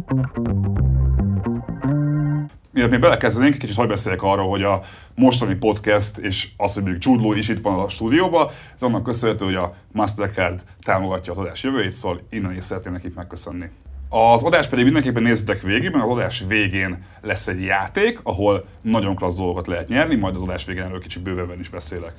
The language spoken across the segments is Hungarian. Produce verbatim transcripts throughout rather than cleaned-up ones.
Mielőtt még belekezdenénk, kicsit hadd beszéljek arról, hogy a mostani podcast és az, hogy mondjuk Jude Law is itt van a stúdióban, ez annak köszönhető, hogy a Mastercard támogatja az adás jövőjét, szóval innen is szeretném nekik megköszönni. Az adás pedig mindenképpen nézzetek végig, mert az adás végén lesz egy játék, ahol nagyon klassz dolgokat lehet nyerni, majd az adás végén erről kicsit bővebben is beszélek.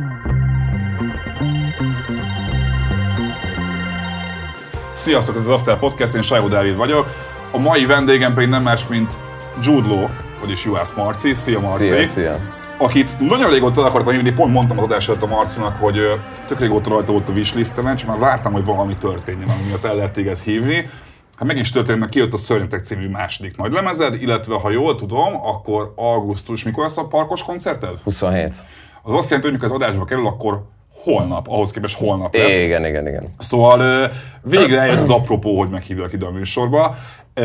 Sziasztok, ez az After Podcast, én Sajó Dávid vagyok. A mai vendégem pedig nem más, mint Jude Law, vagyis Juhász Marci. Szia Marci! Szia, szia! Akit nagyon régóta el akartam hívni, pont mondtam az adás előtt a Marcinak, hogy tök régóta rajta volt a wishlisten, csak már vártam, hogy valami történjen, ami miatt el lehet téged hívni. Hát meg is történt, mert kijött a Szörnyetek című második nagy lemezed, illetve ha jól tudom, akkor augusztus, mikor lesz a parkos koncerted? huszonhét. Az azt jelenti, hogy mikor az adásba kerül, akkor holnap, ahhoz képest holnap lesz. Igen, igen, igen. Szóval végre eljött az apropó, hogy meghívlak ide a műsorba.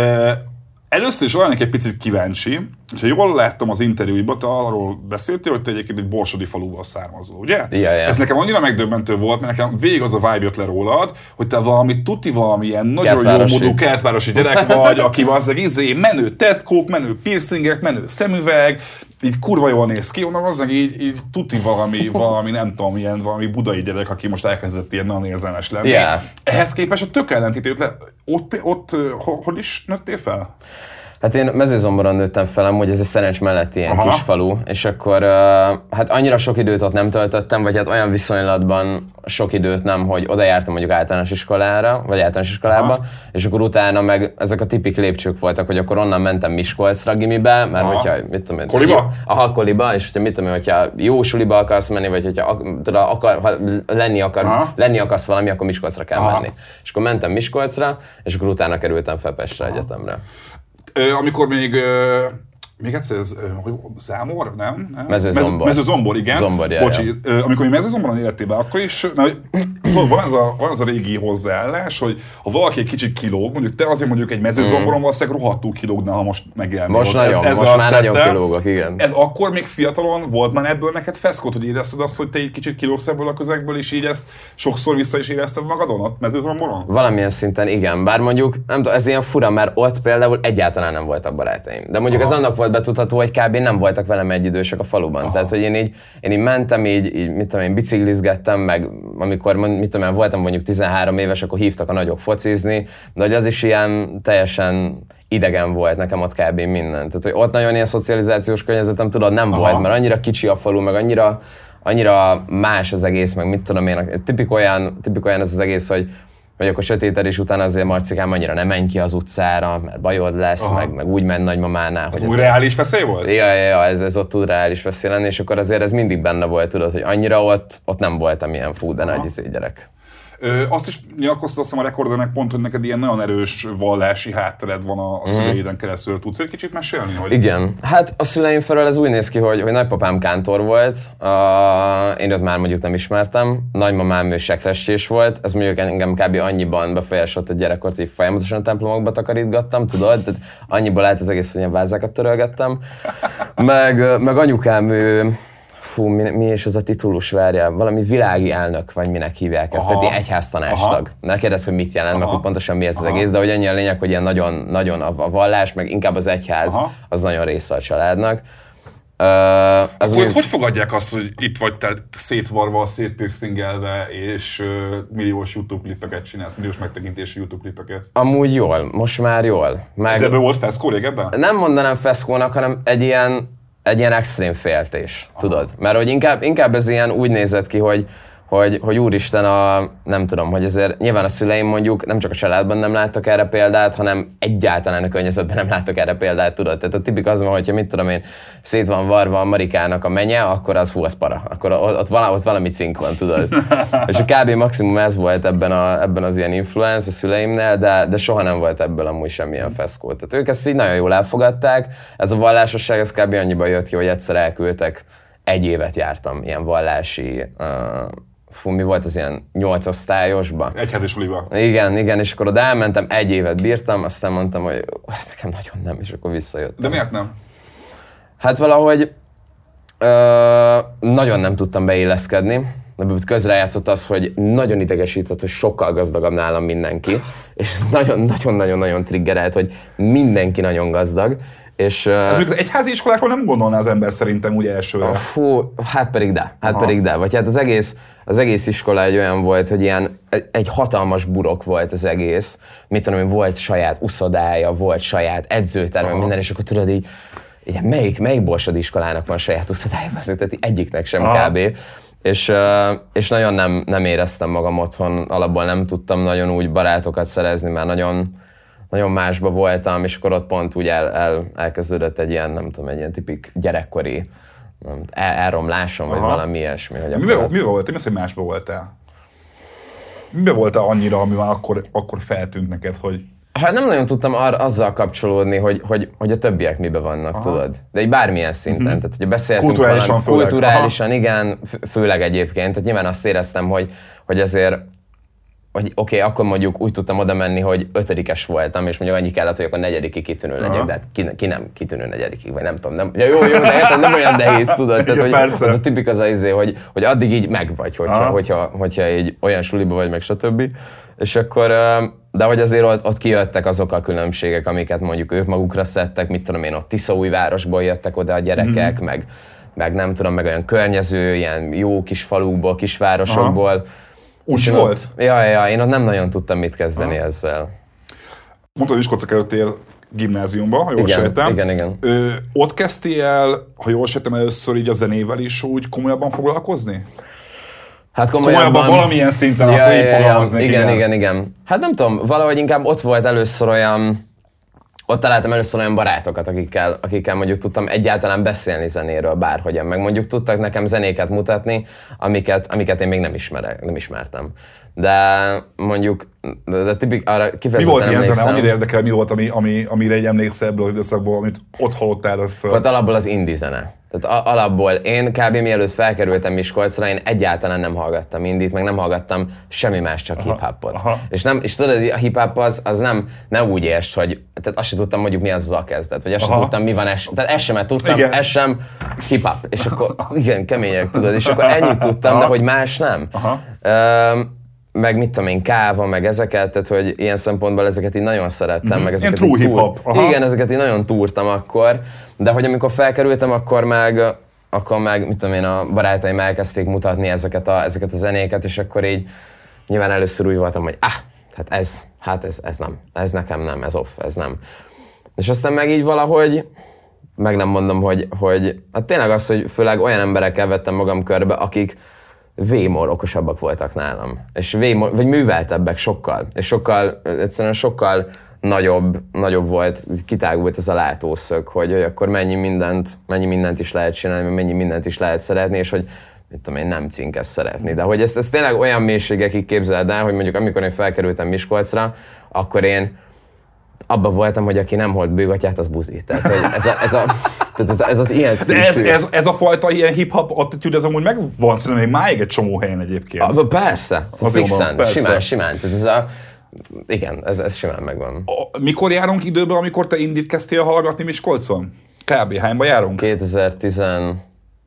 Először is olyan egy picit kíváncsi, hogyha jól láttam az interjúiban, te arról beszéltél, hogy te egyébként egy borsodi faluból származol, ugye? Ja, ja. Ez nekem annyira megdöbbentő volt, mert nekem végig az a vibe jött le rólad, hogy te valami tuti valamilyen nagyon jó módú kertvárosi gyerek vagy, aki az egész menő tetkók, menő piercingek, menő szemüveg, így kurva jól néz ki, onnan azzal így, így tuti valami, valami, nem tudom, ilyen valami budai gyerek, aki most elkezdett ilyen nagyon érzelmes lenni. Yeah. Ehhez képest a tök ellentétét le. Ott, ott hol is nőttél fel? Hát én Mezőzomboron nőttem fel, amúgy ez egy Szerencs melletti ilyen Aha. kis falu, és akkor uh, hát annyira sok időt ott nem töltöttem, vagy hát olyan viszonylatban sok időt nem, hogy oda jártam mondjuk általános iskolára, vagy általános iskolába, Aha. és akkor utána meg ezek a tipik lépcsők voltak, hogy akkor onnan mentem Miskolcra gimibe, mert Aha. hogyha, mit tudom én, Koliba? Aha, koliba, és hogyha mit tudom én, hogyha jó suliba akarsz menni, vagy hogyha tudod, akar, ha lenni, akar, lenni akarsz valami, akkor Miskolcra kell Aha. menni. És akkor mentem Miskolcra, és akkor utána kerültem fel Pestre Aha. egyetemre. Ö, amikor még, ö, még egyszer, ez, ö, hogy Zámor, nem? nem? Mezőzombor. Mezőzombor, igen. Zombor, jaj, Bocsi, ö, amikor még Mezőzomboron éltél be, akkor is, mert tudod, van ez a, van ez a régi hozzáállás, hogy ha valaki egy kicsit kilóg, mondjuk te azért mondjuk egy Mezőzomboron mm. valószínűleg rohadtul kilógnál, ha most megjelnél. Most nagyon, ez, ez most már nagyon kilógok, igen. Ez akkor még fiatalon volt már ebből neked feszkót, hogy érezted azt, hogy te egy kicsit kilógsz ebből a közegből, és így ezt sokszor vissza is érezted magadon ott Mezőzomboron? Valamilyen szinten igen, bár mondjuk, nem tudom, ez ilyen fura, mert ott például egyáltalán nem voltak barátaim. De mondjuk Aha. ez annak volt betudható, hogy kb. Nem voltak velem egyidősök a faluban. Aha. Tehát, hogy én így, én így mentem, így, így mit tudom én, biciklizgettem, meg amikor mit tudom én, voltam mondjuk tizenhárom éves, akkor hívtak a nagyok focizni, de hogy az is ilyen teljesen idegen volt nekem ott kb. Minden. Tehát, hogy ott nagyon ilyen szocializációs környezetem, tudod, nem Aha. volt, mert annyira kicsi a falu, meg annyira, annyira más az egész, meg mit tudom én, tipik olyan, tipik olyan ez az egész, hogy vagy akkor sötétedés után azért Marcikám annyira nem menj ki az utcára, mert bajod lesz, meg, meg úgy menj nagymamánál. Ez úgy reális veszély volt? Ja, ja, ja, ez, ez ott tud reális veszély lenni, és akkor azért ez mindig benne volt, tudod, hogy annyira ott, ott nem voltam ilyen fú, de nagy izé gyerek. Ö, azt is nyilatkoztat azt hiszem a rekordernek pont, hogy neked ilyen nagyon erős vallási háttered van a, a szüleiden keresztül. Tudsz egy kicsit mesélni? Hogy... Igen. Hát a szüleim felől ez úgy néz ki, hogy, hogy nagypapám kántor volt, uh, én őt már mondjuk nem ismertem, nagymamám ő sekrestés volt, ez mondjuk engem kb. Annyiban befolyásolt a gyerekkort, hogy folyamatosan a templomokba takarítgattam, tudod? Tehát annyiból állt az egész, hogy ilyen vázákat törölgettem. Meg, meg anyukám ő... Fú, mi, mi is ez a titulus, várjál, valami világi elnök, vagy minek hívják ezt, Aha. tehát ilyen egyháztanástag. Ne kérdezz, hogy mit jelent, meg hogy pontosan mi ez Aha. az egész, de hogy annyi a lényeg, hogy ilyen nagyon, nagyon a, a vallás, meg inkább az egyház, Aha. az nagyon része a családnak. Uh, az Akkor, mi... Hogy fogadják azt, hogy itt vagy te szétvarva, szétpiercingelve, és uh, milliós YouTube klipeket csinálsz, milliós megtekintésű YouTube klipeket? Amúgy jól, most már jól. Meg... De ebből volt feszkó régebben? Nem mondanám feszkónak, hanem egy ilyen egy ilyen extrém féltés, Aha. tudod? Mert hogy inkább, inkább ez ilyen úgy nézett ki, hogy, hogy, hogy úristen, a, nem tudom, hogy azért nyilván a szüleim mondjuk nem csak a családban nem láttak erre példát, hanem egyáltalán a környezetben nem láttak erre példát, tudod? Tehát a tipik az van, hogyha mit tudom én, szét van varva a Marikának a menye, akkor az hú, az para. Akkor ott, ott valami cink van, tudod? És a kb. Maximum ez volt ebben, a, ebben az ilyen influence a szüleimnél, de, de soha nem volt ebből amúgy semmilyen feszkó. Tehát ők ezt így nagyon jól elfogadták. Ez a vallásosság, ez kb. Annyiban jött ki, hogy egyszer elküldtek, egy évet jártam ilyen vallási uh, fú, mi volt az ilyen nyolcosztályosba? Egyházi suliba. Igen, igen, és akkor oda elmentem, egy évet bírtam, aztán mondtam, hogy ez nekem nagyon nem, és akkor visszajöttem. De miért nem? Hát valahogy ö, nagyon nem tudtam beilleszkedni. közrejátszott az, hogy nagyon idegesített, hogy sokkal gazdagabb nálam mindenki, és ez nagyon-nagyon-nagyon triggerelt, hogy mindenki nagyon gazdag. És, ez még az egyházi iskolákról nem gondolná az ember szerintem úgy elsőre. Fú, hát pedig de, hát Aha. pedig de. Vagy hát az egész, az egész iskola egy olyan volt, hogy ilyen egy hatalmas burok volt az egész. Mit tudom én, volt saját uszodája, volt saját edzőterme, Aha. minden, és akkor tudod így, így melyik, melyik borsodi iskolának van saját uszodája, tehát egyiknek sem Aha. kb. És, és nagyon nem, nem éreztem magam otthon, alapból nem tudtam nagyon úgy barátokat szerezni, mert nagyon, nagyon másba voltam, és akkor ott pont úgy el, el, elkezdődött egy ilyen, nem tudom, egy ilyen tipik gyerekkori nem, el, elromlásom, Aha. vagy valami ilyesmi. Hogy miben, akkor... miben voltál? Mi az, hogy másba voltál? Miben voltál annyira, ami már akkor, akkor feltűnt neked, hogy... Hát nem nagyon tudtam ar- azzal kapcsolódni, hogy, hogy, hogy a többiek miben vannak, Aha. tudod? De egy bármilyen szinten. Mm-hmm. Tehát, hogy beszéltünk kulturálisan, valami, kulturálisan igen, főleg egyébként. Tehát nyilván azt éreztem, hogy, hogy azért, hogy oké, okay, akkor mondjuk úgy tudtam oda menni, hogy ötödikes voltam, és mondjuk annyi kellett, hogy akkor negyedikig kitűnő legyek, de hát ki, ki nem kitűnő negyedikig, vagy nem tudom. Nem, ja, jó, jó, de értem, nem olyan nehéz, tudod? Tehát, hogy az a tipik az az izé, hogy, hogy addig így meg vagy, hogyha, hogyha, hogyha így olyan suliba vagy, meg stb. És akkor, de hogy azért ott, ott kijöttek azok a különbségek, amiket mondjuk ők magukra szedtek, mit tudom én, ott Tiszaújvárosból jöttek oda a gyerekek, mm. meg, meg nem tudom, meg olyan környező, ilyen jó kis falukból, kisvárosokból. Aha. Úgy volt? Ott, ja, ja, én ott nem nagyon tudtam mit kezdeni Aha. ezzel. Mondtad, hogy Miskolcra kerültél gimnáziumba, ha jól igen, sejtem. Igen, igen. Ö, ott kezdtél el, ha jól sejtem, először így a zenével is úgy komolyabban foglalkozni? Hát komolyabban, komolyabban valamilyen szinten, ja, akkor így ja, fogalmaznék. Igen, igen, igen, igen. Hát nem tudom, valahogy inkább ott volt először olyan, ott találtam először olyan barátokat, akikkel, akikkel mondjuk tudtam egyáltalán beszélni zenéről bárhogyan, meg mondjuk tudtak nekem zenéket mutatni, amiket, amiket én még nem, ismerek, nem ismertem. De mondjuk, de tipik, arra kifejezetten mi volt ilyen emlékszem. zene? Annyira érdekel, mi volt, ami, ami, amire egy emlékszel ebből az időszakból, amit ott hallottál össze? Volt alapból az indie zene. Tehát alapból én kb. Mielőtt felkerültem Miskolcra, én egyáltalán nem hallgattam indit, meg nem hallgattam semmi más, csak hip-hopot. És, nem, és tudod, a hip-hop az, az nem, nem úgy értsd, hogy tehát azt sem tudtam mondjuk mi az az a kezdet, vagy azt sem tudtam mi van es, tehát ezt sem tudtam, ez sem hip-hop. És akkor igen, kemények tudod, és akkor ennyit tudtam, Aha. de hogy más nem. Um, meg mit tudom én, káva, meg ezeket, tehát hogy ilyen szempontból ezeket így nagyon szerettem, mm-hmm. meg ezeket ilyen true hip-hop. Igen, ezeket így nagyon túrtam akkor, de hogy amikor felkerültem, akkor meg, akkor meg, mit tudom én, a barátaim elkezdték mutatni ezeket a, ezeket a zenéket, és akkor így nyilván először úgy voltam, hogy ah, hát ez, hát ez, ez nem, ez nekem nem, ez off, ez nem. És aztán meg így valahogy, meg nem mondom, hogy, hogy hát tényleg az, hogy főleg olyan emberekkel vettem magam körbe, akik vémor okosabbak voltak nálam, és vémor, vagy műveltebbek sokkal, és sokkal, egyszerűen sokkal nagyobb, nagyobb volt, kitágult ez a látószög, hogy, hogy akkor mennyi mindent, mennyi mindent is lehet csinálni, mennyi mindent is lehet szeretni, és hogy mit tudom én, nem cinkes szeretni. De hogy ez, ez tényleg olyan mélységekig képzeld el, hogy mondjuk amikor én felkerültem Miskolcra, akkor én abban voltam, hogy aki nem holt bőgatját, az buzi. Tehát, hogy ez, a, ez, a, tehát ez, ez az ilyen szintű. Ez, ez, ez a fajta ilyen hip-hop attitűd, ez amúgy megvan szerintem még máig egy csomó helyen egyébként. Az a persze, fixen, persze. simán, simán. Tehát ez a, igen, ez, ez simán megvan. A, mikor járunk időben, amikor te indit kezdtél hallgatni Miskolcon? Kb. Hányba járunk? kétezer-tizenkettő.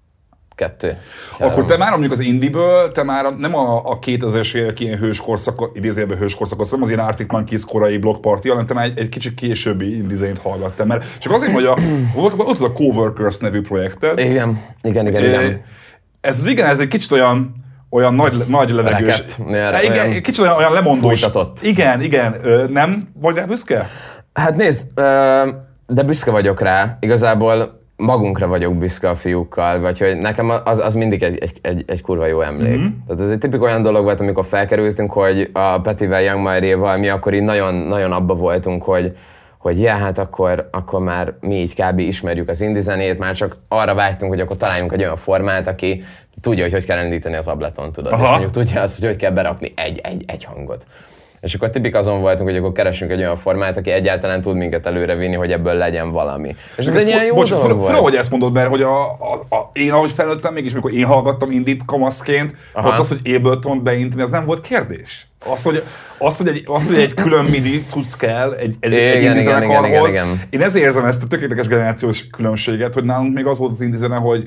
Akkor te már mondjuk az indiből, te már nem a, a kétezres évek ilyen hőskorszakot, idézőjelben hőskorszakot, nem az ilyen Arctic Monkeys korai Block Party, hanem te már egy, egy kicsit későbbi indizényt hallgattál. Mert csak azért, hogy a, ott, ott az a Coworkers nevű projekted. Igen, igen, igen, igen. Ez az igen, ez egy kicsit olyan, olyan nagy, nagy levegős. Reket, igen, olyan kicsit olyan, olyan lemondós. Fújtatott. Igen, igen. Nem vagy rá büszke? Hát nézd, de büszke vagyok rá. Igazából magunkra vagyok büszke a fiúkkal, vagy hogy nekem az, az mindig egy, egy, egy, egy kurva jó emlék. Mm-hmm. Tehát ez egy tipik olyan dolog volt, amikor felkerültünk, hogy a Petivel, Young Mairéval mi akkor így nagyon, nagyon abba voltunk, hogy hogy ja, hát akkor, akkor már mi így kb. Ismerjük az indie zenét, már csak arra vágytunk, hogy akkor találjunk egy olyan formát, aki tudja, hogy hogy kell elindítani az Ableton, tudod, Aha. és mondjuk tudja azt, hogy hogy kell berakni egy, egy, egy hangot. És akkor tipik azon voltunk, hogy akkor keresünk egy olyan formát, aki egyáltalán tud minket előre vinni, hogy ebből legyen valami. És ez egy ilyen jó dolog volt. Fura, hogy ezt mondod, mert hogy a, a, a, én ahogy felnőttem, mégis mikor én hallgattam indit kamaszként, ott az, hogy Ableton beintani, az nem volt kérdés. Az, hogy, az, hogy, egy, az, hogy egy külön midi cucc kell egy, egy, igen, egy indie zenekarhoz. Én ezért érzem ezt a tökéletes generációs különbséget, hogy nálunk még az volt az indie zene, hogy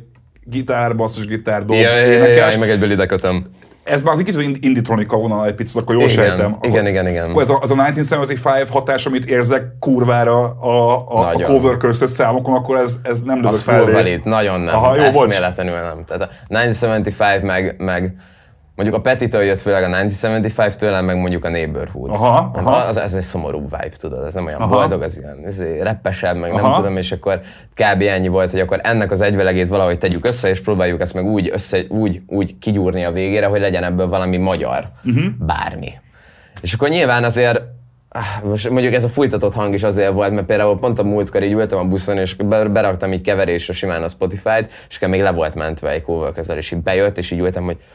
gitár, basszusgitár, dob, ja, énekes. Ja, meg egyből ide kötöm. Ez már az egy kicsit az inditronika vonal egy picit, akkor jól Igen, sejtem. igen, igen, igen. Akkor ez a, az a ezerkilencszázhetvenöt hatás, amit érzek kurvára a, a, a Coworkers számokon, akkor ez, ez nem lövök felé. Az full valid, nagyon nem. Aha, jó, eszméletlenül nem. Tehát a ezerkilencszázhetvenöt meg, meg mondjuk a Petitől jött főleg a ezerkilencszázhetvenöt, tőlem meg mondjuk a Neighborhood. Aha, aha. Az, ez egy szomorú vibe, tudod, ez nem olyan aha. boldog, az ilyen ez reppesebb, meg aha. nem tudom, és akkor kb. Ennyi volt, hogy akkor ennek az egyvelegét valahogy tegyük össze, és próbáljuk ezt meg úgy, össze, úgy, úgy kigyúrni a végére, hogy legyen ebből valami magyar, uh-huh. bármi. És akkor nyilván azért, most mondjuk ez a fújtatott hang is azért volt, mert például pont a múltkor így ültem a buszon, és beraktam így keverésre simán a Spotify-t, és akkor még le volt mentve egy coworker, és így bejött, és így ültem, hogy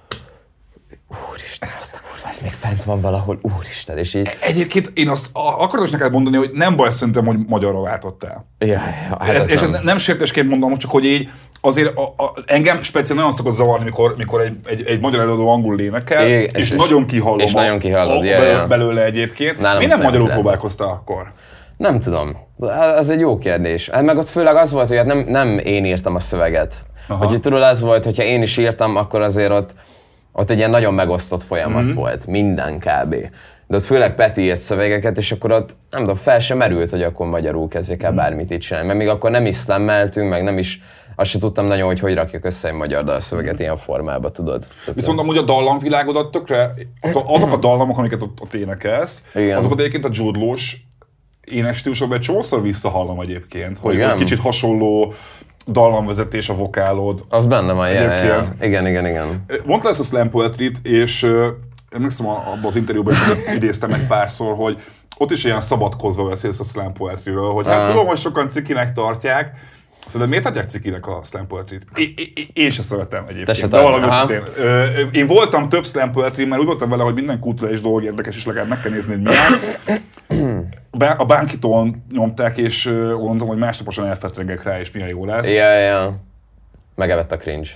úristen, azt a kurva, ez még fent van valahol, úristen, és így... Egyébként én azt akarom is neked mondani, hogy nem baj szerintem, hogy magyarra váltottál. Ja, ja, hát ez, és nem. ez nem sértésként mondom, csak hogy így azért a, a, engem speciál nagyon szokott zavarni, mikor, mikor egy, egy, egy magyar előadó angol énekel, és, és, és nagyon kihallom és a, nagyon kihallod, a, ja, belőle, ja. belőle egyébként. Nálam mi nem magyarul próbálkoztál akkor? Nem tudom. Ez egy jó kérdés. Meg ott főleg az volt, hogy hát nem, nem én írtam a szöveget. Aha. Hogy tudod, az volt, hogyha én is írtam, akkor azért ott Ott egy ilyen nagyon megosztott folyamat mm-hmm. volt, minden kb. De ott főleg Peti írt szövegeket, és akkor ott nem tudom, fel sem merült, hogy akkor magyarul kezdjék el mm. bármit itt csinálni. Mert még akkor nem is szlemmeltünk, meg nem is, azt se tudtam nagyon, hogy hogy rakjak össze egy magyar dalszöveget ilyen formába, tudod. Viszont amúgy a dallamvilágodat tökre, azok a dallamok, amiket ott, ott énekelsz, igen. azokat egyébként a Jude Law-s énekstílusokban egy csomószor visszahallom egyébként, hogy egy kicsit hasonló dallamvezetés, a vokálod. Az benne van, ja, ja. Igen, igen, igen. Mondta ezt a slam poetryt, és uh, emlékszem abban az interjúban, hogy idéztem egy párszor, hogy ott is ilyen szabadkozva beszélsz a slam poetryről, hogy hát uh. tudom, hogy sokan cikinek tartják. Szerintem miért adják cikinek a slam poetryt? Én sem szeretem egyébként, de valami őszintén. Én voltam több slam poetry, mert úgy voltam vele, hogy minden kulturális dolog érdekes, és legalább meg kell nézni, hogy milyen. A Bánkitól nyomták, és mondtam, hogy másnaposan elfetrengek rá, és milyen jó lesz. Ja, ja. Megevett a cringe.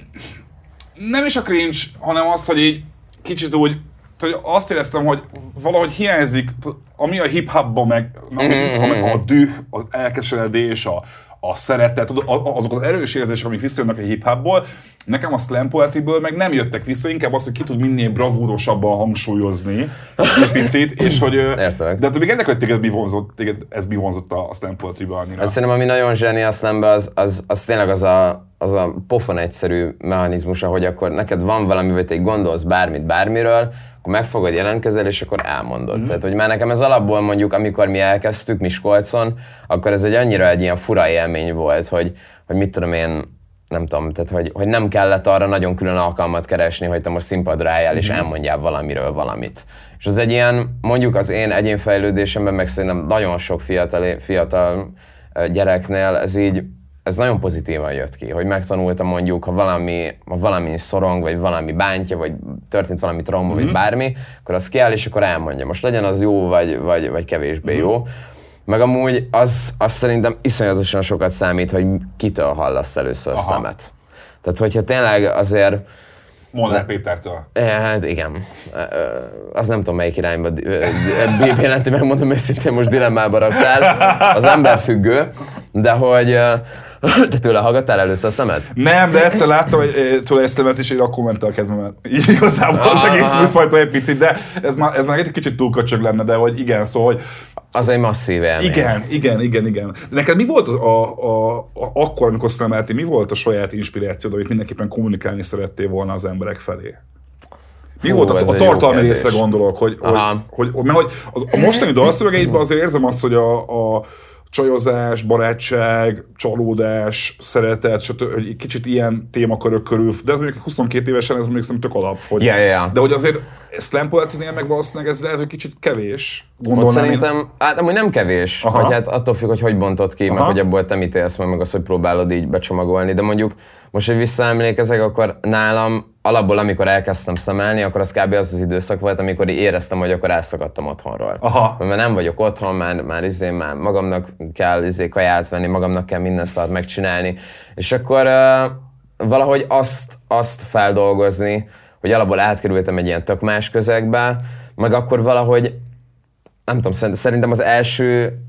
Nem is a cringe, hanem az, hogy így kicsit úgy, hogy azt éreztem, hogy valahogy hiányzik, ami a hip-hopban meg, mm-hmm. a düh, az elkeseredés, a, a szeretet, azok az erős érzések, amik visszajönnek a hip-hopból, nekem a slam poetryből meg nem jöttek vissza, inkább az, hogy ki tud minél bravúrosabban hangsúlyozni egy picit, és hogy... Értelek. De hát még érdekel, hogy téged mi vonzott, téged ez mi vonzott a slam poetrybe annyira. Hát szerintem ami nagyon zseni a slambe, az, az, az tényleg az a, az a pofon egyszerű mechanizmusa, hogy akkor neked van valami, vagy te gondolsz bármit bármiről, akkor megfogod, jelentkezel, és akkor elmondod. Mm. Tehát, hogy már nekem ez alapból mondjuk, amikor mi elkezdtük Miskolcon, akkor ez egy annyira egy ilyen fura élmény volt, hogy, hogy mit tudom én, nem tudom, tehát hogy, hogy nem kellett arra nagyon külön alkalmat keresni, hogy te most színpadra álljál, és mm-hmm. elmondjál valamiről valamit. És az egy ilyen, mondjuk az én egyénfejlődésemben, meg szerintem nagyon sok fiatal, fiatal gyereknél ez így, ez nagyon pozitívan jött ki, hogy megtanultam mondjuk, ha valami, ha valami szorong, vagy valami bántja, vagy történt valami trauma, mm-hmm. vagy bármi, akkor az kiáll, és akkor elmondja. Most legyen az jó, vagy, vagy, vagy kevésbé mm-hmm. jó. Meg amúgy az, az szerintem iszonyatosan sokat számít, hogy kitől hallasz először a szemet. Tehát hogyha tényleg azért... Mondd el Pétertől. Hát igen. Az nem tudom melyik irányba jelenti, megmondom őszintén, most dilemmába raktál. Az ember függő, de hogy... Te tőle hallgattál először a szemet? Nem, de egyszer láttam hogy tőle egy szemet, és én akkor ment a kedvemet. Így igazából az egész műfajta egy picit, de ez már, ez már egy kicsit túl köcsög lenne, de hogy igen, szóval, hogy... Az egy masszív élmény. Igen, igen, igen, igen. De neked mi volt az a, a, a, akkor, amikor szlemeltél, mi volt a saját inspirációd, amit mindenképpen kommunikálni szerettél volna az emberek felé? Mi Fú, volt a, a tartalmi részre gondolok, hogy, hogy, hogy, hogy, mert hogy a mostani dalszövegeidben azért érzem azt, hogy a, a csajozás, barátság, csalódás, szeretet, stb. Hogy kicsit ilyen témakörök körül, de ez mondjuk huszonkét évesen, ez mondjuk szerintem tök alap. Hogy, yeah, yeah. De hogy azért slam poetrynél meg valószínűleg ez lehet, hogy kicsit kevés. Ott szerintem, én... hát amúgy nem kevés, vagy hát attól függ, hogy hogy bontod ki, meg hogy abból te mit élsz, meg, meg az, hogy próbálod így becsomagolni, de mondjuk most, hogy visszaemlékezek, akkor nálam alapból, amikor elkezdtem szemelni, akkor az kb. Az az időszak volt, amikor éreztem, hogy akkor elszakadtam otthonról. Aha. Mert nem vagyok otthon, már, már, izé, már magamnak kell izé, kaját venni, magamnak kell minden szart megcsinálni. És akkor uh, valahogy azt, azt feldolgozni, hogy alapból átkerültem egy ilyen tök más közegbe, meg akkor valahogy, nem tudom, szerintem az első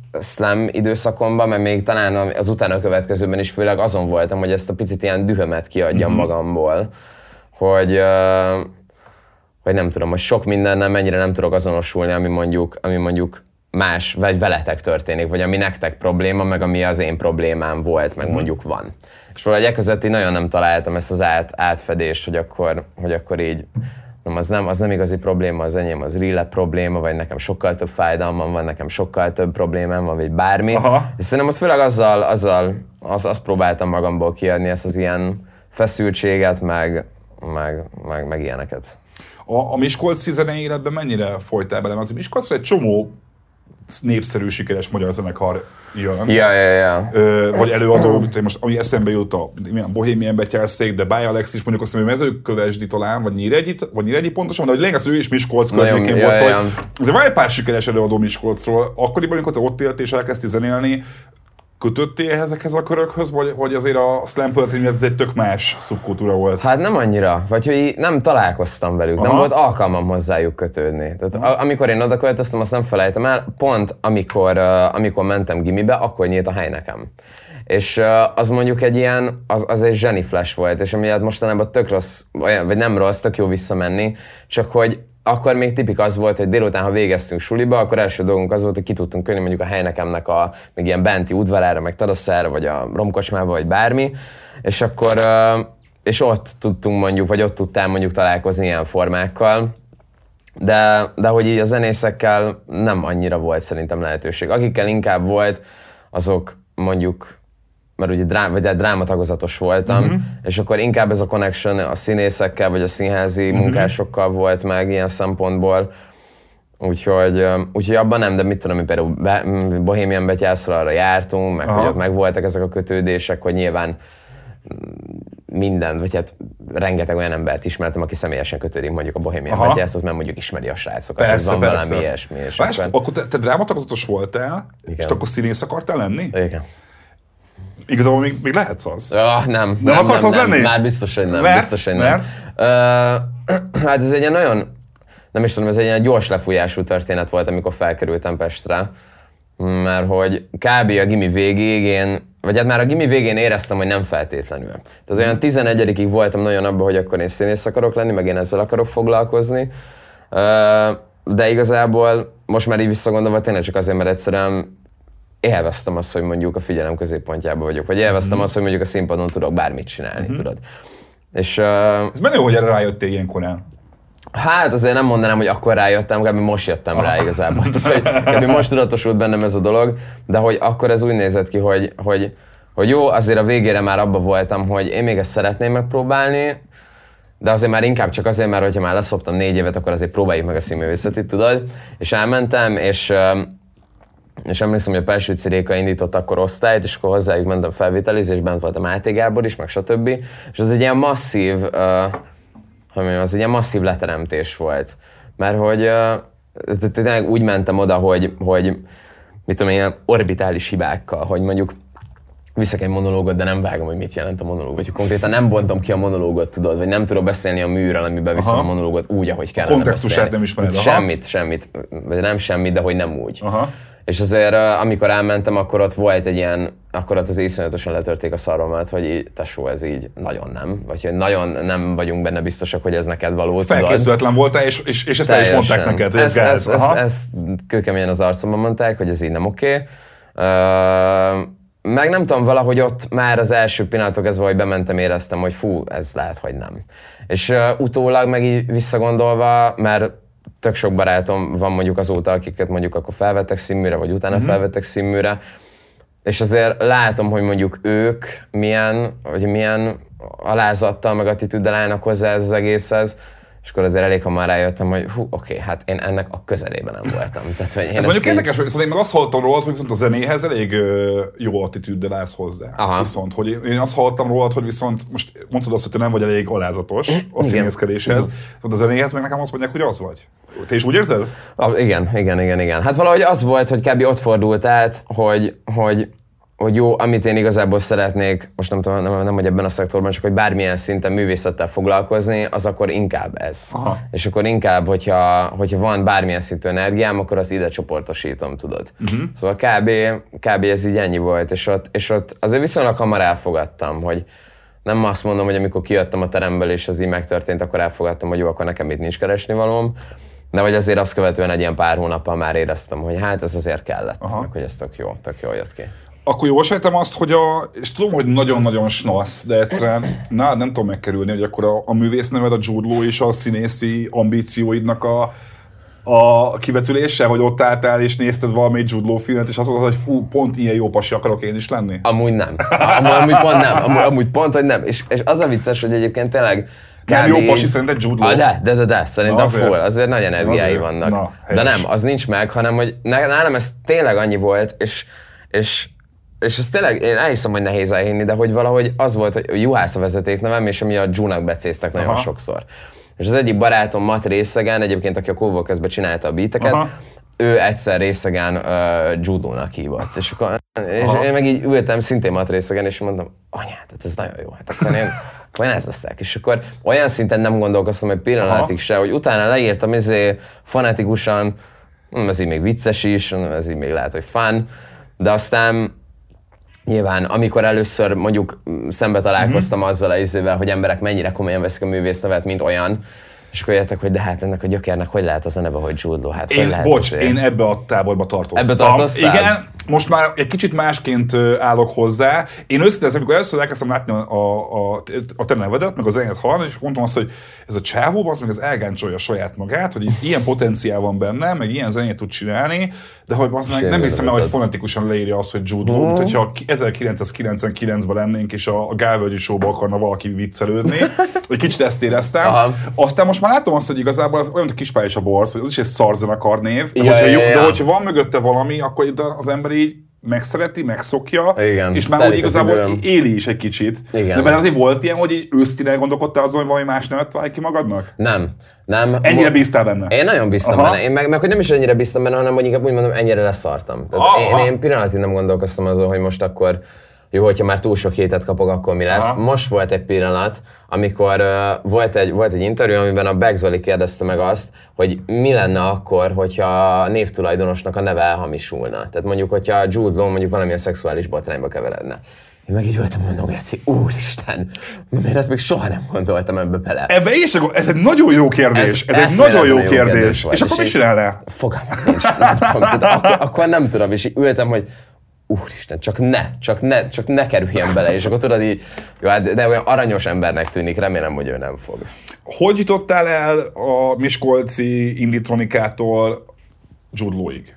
slam időszakomban, mert még talán az utána következőben is főleg azon voltam, hogy ezt a picit ilyen dühömet kiadjam mm-hmm. magamból, hogy, uh, hogy nem tudom, hogy sok mindennel mennyire nem tudok azonosulni, ami mondjuk, ami mondjuk más, vagy veletek történik, vagy ami nektek probléma, meg ami az én problémám volt, meg mm-hmm. mondjuk van. És valahogy e között én nagyon nem találtam ezt az át, átfedést, hogy akkor, hogy akkor így nem, az, nem, az nem igazi probléma, az enyém, az real probléma, vagy nekem sokkal több fájdalmam van, nekem sokkal több problémám van, vagy bármi. Aha. És szerintem az főleg azzal, azzal az, azt próbáltam magamból kiadni, ezt az ilyen feszültséget, meg, meg, meg, meg ilyeneket. A, a Miskolci zenei életben mennyire folytál bele? Az Miskolcról egy csomó népszerű, sikeres magyar zenekar jön. Ja, ja, ja. Ö, vagy előadó, most ami eszembe jut a Bohémien Betyárszék, de Báj Alex is, mondjuk azt mondom, hogy Mezőkövesdi talán, vagy Nyíregyi, vagy Nyíregyi pontosan, de hogy lényeg az, hogy ő is Miskolc környékén ja, volt, ja, ja. hogy azért van egy pár sikeres előadó Miskolcról. Akkoriban, amikor te ott éltél és elkezdtél zenélni, kötöttél ezekhez a körökhöz, vagy hogy azért a slam poetry ez egy tök más szubkultúra volt? Hát nem annyira, vagy hogy nem találkoztam velük, Aha. nem volt alkalmam hozzájuk kötődni. Tehát amikor én oda költöztem, azt nem felejtem el, pont amikor, uh, amikor mentem gimibe, akkor nyílt a hely nekem. És uh, az mondjuk egy ilyen, az, az egy zseni flash volt, és amiatt mostanában tök rossz, vagy nem rossz, tök jó visszamenni, csak hogy akkor még tipik az volt, hogy délután, ha végeztünk suliba, akkor első dolgunk az volt, hogy ki tudtunk kölni mondjuk a helynekemnek a még ilyen benti udvarára, meg terasszára, vagy a romkocsmába, vagy bármi, és akkor és ott tudtunk mondjuk, vagy ott tudtál mondjuk találkozni ilyen formákkal, de, de hogy így a zenészekkel nem annyira volt szerintem lehetőség. Akikkel inkább volt, azok mondjuk, mert ugye drá, vagy drámatagozatos voltam, uh-huh. és akkor inkább ez a connection a színészekkel, vagy a színházi uh-huh. munkásokkal volt meg ilyen szempontból. Úgyhogy, úgyhogy abban nem, de mit tudom, mi például Bohémien Betyárszal arra jártunk, meg Aha. hogy ott meg voltak ezek a kötődések, hogy nyilván minden, vagy hát rengeteg olyan embert ismertem, aki személyesen kötődik mondjuk a Bohémien Betyárszhoz, mert mondjuk ismeri a srácokat, persze, van persze. valami ilyesmi. És Más, akkor, akkor te, te drámatagozatos voltál, Igen. és akkor színész akartál lenni? Igen. Igazából még, még lehetsz az? Ja, nem. Nem, nem akarsz nem, az nem, lenni? Már biztos, hogy nem. Mert? Biztos, hogy Mert? nem. Uh, hát ez egy ilyen nagyon, nem is tudom, ez egy ilyen gyors lefújású történet volt, amikor felkerültem Pestre. Mert hogy kb. A gimi végéig én, vagy hát már a gimi végén éreztem, hogy nem feltétlenül. Tehát olyan tizenegyedikig voltam nagyon abban, hogy akkor én színész akarok lenni, meg én ezzel akarok foglalkozni. Uh, de igazából most már így visszagondolva tényleg csak azért, mert egyszerűen élveztem azt, hogy mondjuk a figyelem középpontjában vagyok, vagy élveztem mm. azt, hogy mondjuk a színpadon tudok bármit csinálni, mm-hmm. tudod. És, uh, ez menő, hogy erre rájöttél ilyen korán. Hát azért nem mondanám, hogy akkor rájöttem, kb. Most jöttem ah. rá igazából. Tehát, hogy kb. Most tudatosult bennem ez a dolog, de hogy akkor ez úgy nézett ki, hogy, hogy, hogy jó, azért a végére már abba voltam, hogy én még ezt szeretném megpróbálni, de azért már inkább csak azért, mert hogyha már leszoptam négy évet, akkor azért próbáljuk meg a színművészetit, tudod. És elmentem, és és emlékszem, hogy a Pelsőci Réka indított akkor osztályt, és akkor hozzájuk mentem felvételizni, és bent volt a Máté Gábor is, meg stb. És az egy ilyen masszív, uh, hogy mondjam, az egy ilyen masszív leteremtés volt. Mert hogy uh, tényleg úgy mentem oda, hogy, hogy mit tudom én, ilyen orbitális hibákkal, hogy mondjuk viszek egy monológot, de nem vágom, hogy mit jelent a monológ, vagy konkrétan nem bontom ki a monológot, tudod, vagy nem tudok beszélni a műről, amiben viszem a monológot úgy, ahogy kellene kontextusát nem ismered. Semmit, semmit, vagy nem semmit, de hogy nem úgy. Aha. És azért, amikor elmentem, akkor ott volt egy ilyen, akkor ott az iszonyatosan letörték a szarromat, hogy így, tesó, ez így nagyon nem. Vagy hogy nagyon nem vagyunk benne biztosak, hogy ez neked való. Felkészületlen voltál, és, és, és ezt el is mondták neked, hogy ez gáz. Ezt, ezt, ezt kőkeményen az arcomban mondták, hogy ez így nem oké. Okay. Uh, meg nem tudom, valahogy ott már az első pillanatok ez volt, hogy bementem, éreztem, hogy fú, ez lehet, hogy nem. És uh, utólag meg így visszagondolva, mert tök sok barátom van mondjuk azóta, akiket mondjuk akkor felvettek színműre, vagy utána mm-hmm. felvettek színműre, és azért látom, hogy mondjuk ők milyen, vagy milyen alázattal, meg attitűddel állnak hozzá ez az egészhez, és akkor azért elég hamar rájöttem, hogy hú, oké, okay, hát én ennek a közelében nem voltam. Tehát, hogy én ez mondjuk érdekes, így... szóval én meg azt hallottam rólad, hogy viszont a zenéhez elég ö, jó attitűddel állsz hozzá. Aha. Viszont, hogy én, én azt hallottam rólad, hogy viszont most mondtad azt, hogy te nem vagy elég alázatos a színészkedéshez, viszont a zenéhez meg nekem azt mondják, hogy az vagy. Te is úgy érzed? Ah, igen, igen, igen, igen. Hát valahogy az volt, hogy kb. Ott fordult át, hogy, hogy hogy jó, amit én igazából szeretnék, most nem tudom, nem, nem hogy ebben a szektorban, csak hogy bármilyen szinten művészettel foglalkozni, az akkor inkább ez. Aha. És akkor inkább, hogyha, hogyha van bármilyen szintű energiám, akkor azt ide csoportosítom, tudod. Uh-huh. Szóval kb, kb. Ez így ennyi volt, és ott, és ott azért viszonylag hamar elfogadtam, hogy nem azt mondom, hogy amikor kijöttem a teremből, és ez így megtörtént, akkor elfogadtam, hogy jó, akkor nekem itt nincs keresnivalóm. De vagy azért azt követően egy ilyen pár hónappal már éreztem, hogy hát ez azért kellett, Aha. meg hogy ez tök jó, tök jól jött ki. Akkor jól sejtem azt, hogy a, és tudom, hogy nagyon-nagyon snasz, de egyszerűen na, nem tudom megkerülni, hogy akkor a, a művészneved, a Jude Law és a színészi ambícióidnak a, a kivetülése, hogy ott álltál és nézted valami Jude Law filmet, és azt mondod, hogy fú, pont ilyen jó pasi akarok én is lenni? Amúgy nem. Amúgy, amúgy pont nem. Amúgy, amúgy pont, hogy nem. És, és az a vicces, hogy egyébként tényleg nem jó pasi szerinted Jude Law? Ah, de, de, de, de, szerintem azért. full, azért nagy energiái azért. vannak. Na, de nem, az nincs meg, hanem hogy nálam ez tényleg annyi volt, és, és, és ez tényleg, én elhiszem, hogy nehéz elhinni, de hogy valahogy az volt, hogy Juhász a vezetéknevem, és ami a Junak becéztek nagyon Aha. sokszor. És az egyik barátom Mat Részegen, egyébként aki a Coworkersbe csinálta a beateket, Aha. ő egyszer Részegen uh, Judo-nak hívott. És, akkor, és én meg így ültem szintén Mat Részegen, és mondtam, anyád, hát ez nagyon jó, hát akkor én, akkor én ezt leszek. És akkor olyan szinten nem gondolkoztam egy pillanatig Aha. se, hogy utána leírtam ezért fonetikusan, ez így még vicces is, ez így még lehet, hogy fun, de aztán nyilván, amikor először mondjuk szembe találkoztam mm-hmm. azzal a izével, hogy emberek mennyire komolyan veszik a művésznevet, mint olyan, és akkor jöttek, hogy de hát ennek a gyökérnek hogy lehet az a neve, hogy Jude Law? Hát, én, bocs, azért? Én ebbe a táborba tartoztam. Ebbe tartoztál? Igen, most már egy kicsit másként állok hozzá. Én őszintén, amikor először elkezdtem látni a, a, a, a te nevedet, meg a zenét hallani, és mondtam azt, hogy ez a csávó, az meg az elgáncsolja saját magát, hogy ilyen potenciál van benne, meg ilyen zenét tud csinálni, de hogy az meg nem hiszem el, hogy fonetikusan leírja azt, hogy Jude Law, mint hogyha ezerkilencszázkilencvenkilencben lennénk, és a, a Gálvölgyi Show-ba akarna valaki viccelődni. Egy kicsit ezt éreztem. Aha. Aztán most már látom azt, hogy igazából az olyan, mint a Kispál és a Borz, hogy az is egy szarzenekar név, de, ja, hogyha, ja, ja. de hogyha van mögötte valami, akkor az ember így megszereti, megszokja, igen, és már úgy igazából éli is egy kicsit. Igen. De benne azért volt ilyen, hogy őszintén elgondolkodtál azon, hogy valami más nevet találj ki magadnak? Nem. nem. Ennyire bíztál benne? Én nagyon bíztam Aha. benne. Én meg, meg hogy nem is ennyire bíztam benne, hanem hogy inkább úgy mondom, ennyire leszartam. Én, én pillanatig nem gondolkoztam azon, hogy most akkor jó, hogyha már túl sok hétet kapok, akkor mi lesz. Aha. Most volt egy pillanat, amikor uh, volt, egy, volt egy interjú, amiben a Beck Zoli kérdezte meg azt, hogy mi lenne akkor, hogyha a névtulajdonosnak a neve elhamisulna. Tehát mondjuk, hogyha Jude Law mondjuk valamilyen szexuális botrányba keveredne. Én meg így voltam, mondom, Geci, úristen, én ezt még soha nem gondoltam ebbe bele. Ebbe is, ez egy nagyon jó kérdés, ez, ez egy nagyon jó kérdés. kérdés és akkor mit csinálnál? Fogalmam nincs, nem tudom, akkor, akkor nem tudom, és így ültem, hogy úristen, csak ne, csak ne, csak ne kerüljen bele, és akkor tudod így, jó, hát, de olyan aranyos embernek tűnik, remélem, hogy ő nem fog. Hogy jutottál el a miskolci Indie-tronikától Jude Law-ig?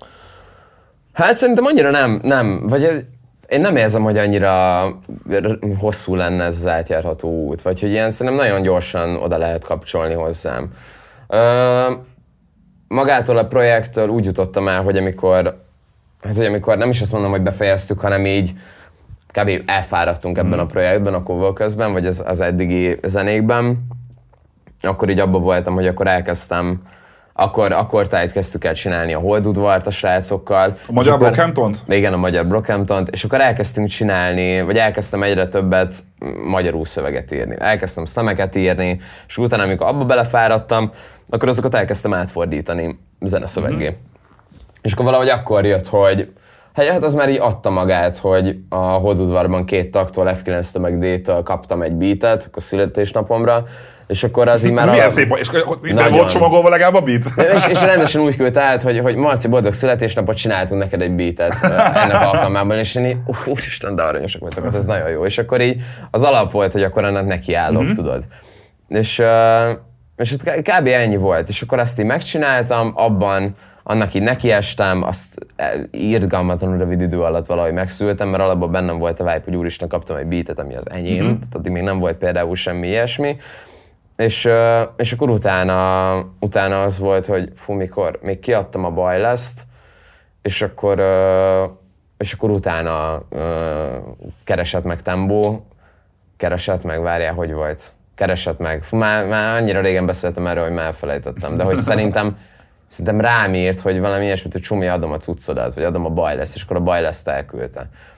Hát szerintem annyira nem, nem, vagy én nem érzem, hogy annyira hosszú lenne ez az átjárható út, vagy hogy ilyen szerintem nagyon gyorsan oda lehet kapcsolni hozzám. Magától a projekttől úgy jutottam el, hogy amikor Hát, hogy amikor nem is azt mondom, hogy befejeztük, hanem így kb. Elfáradtunk ebben a projektben, a Coworkersben, vagy az, az eddigi zenékben, akkor így abban voltam, hogy akkor elkezdtem, akkor, akkor tájt kezdtük el csinálni a Holdudvart a srácokkal. A magyar Brockhamptont? Igen, a magyar Brockhamptont, és akkor elkezdtünk csinálni, vagy elkezdtem egyre többet magyarul szöveget írni. Elkezdtem szemeket írni, és utána, amikor abba belefáradtam, akkor azokat elkezdtem átfordítani zeneszöveggé. Mm-hmm. És akkor valahogy akkor jött, hogy hát az már így adta magát, hogy a Holdudvarban két taktól, F kilenctől meg D-től kaptam egy beatet akkor születésnapomra, és akkor az így már... Ez milyen szép, és be volt csomagolva legalább a beat? És, és rendesen úgy küldte át, hogy, hogy Marci, boldog születésnapot, csináltunk neked egy beatet ennek alkalmában, és én így, úristen, de aranyosak voltak, hát ez nagyon jó. És akkor így az alap volt, hogy akkor annak nekiállok, mm-hmm. tudod. És, és kb. Ennyi volt, és akkor azt így megcsináltam, abban annak így nekiestem, azt irgalmatlanul rövid idő alatt valahogy megszültem, mert alapból bennem volt a vibe, hogy úristen, kaptam egy beatet, ami az enyém, mm-hmm. tehát addig még nem volt például semmi ilyesmi. És, és akkor utána, utána az volt, hogy fú, mikor még kiadtam a Bajleszt, és akkor, és akkor utána keresett meg Tembo, keresett meg, várjál, hogy volt? Keresett meg. Fú, már, már annyira régen beszéltem erről, hogy már elfelejtettem, de hogy szerintem Szerintem rám írt, hogy valami ilyesmit, hogy Csumi, adom a cuccodat, vagy adom a Bajleszt, és akkor a Bajleszt elküldte.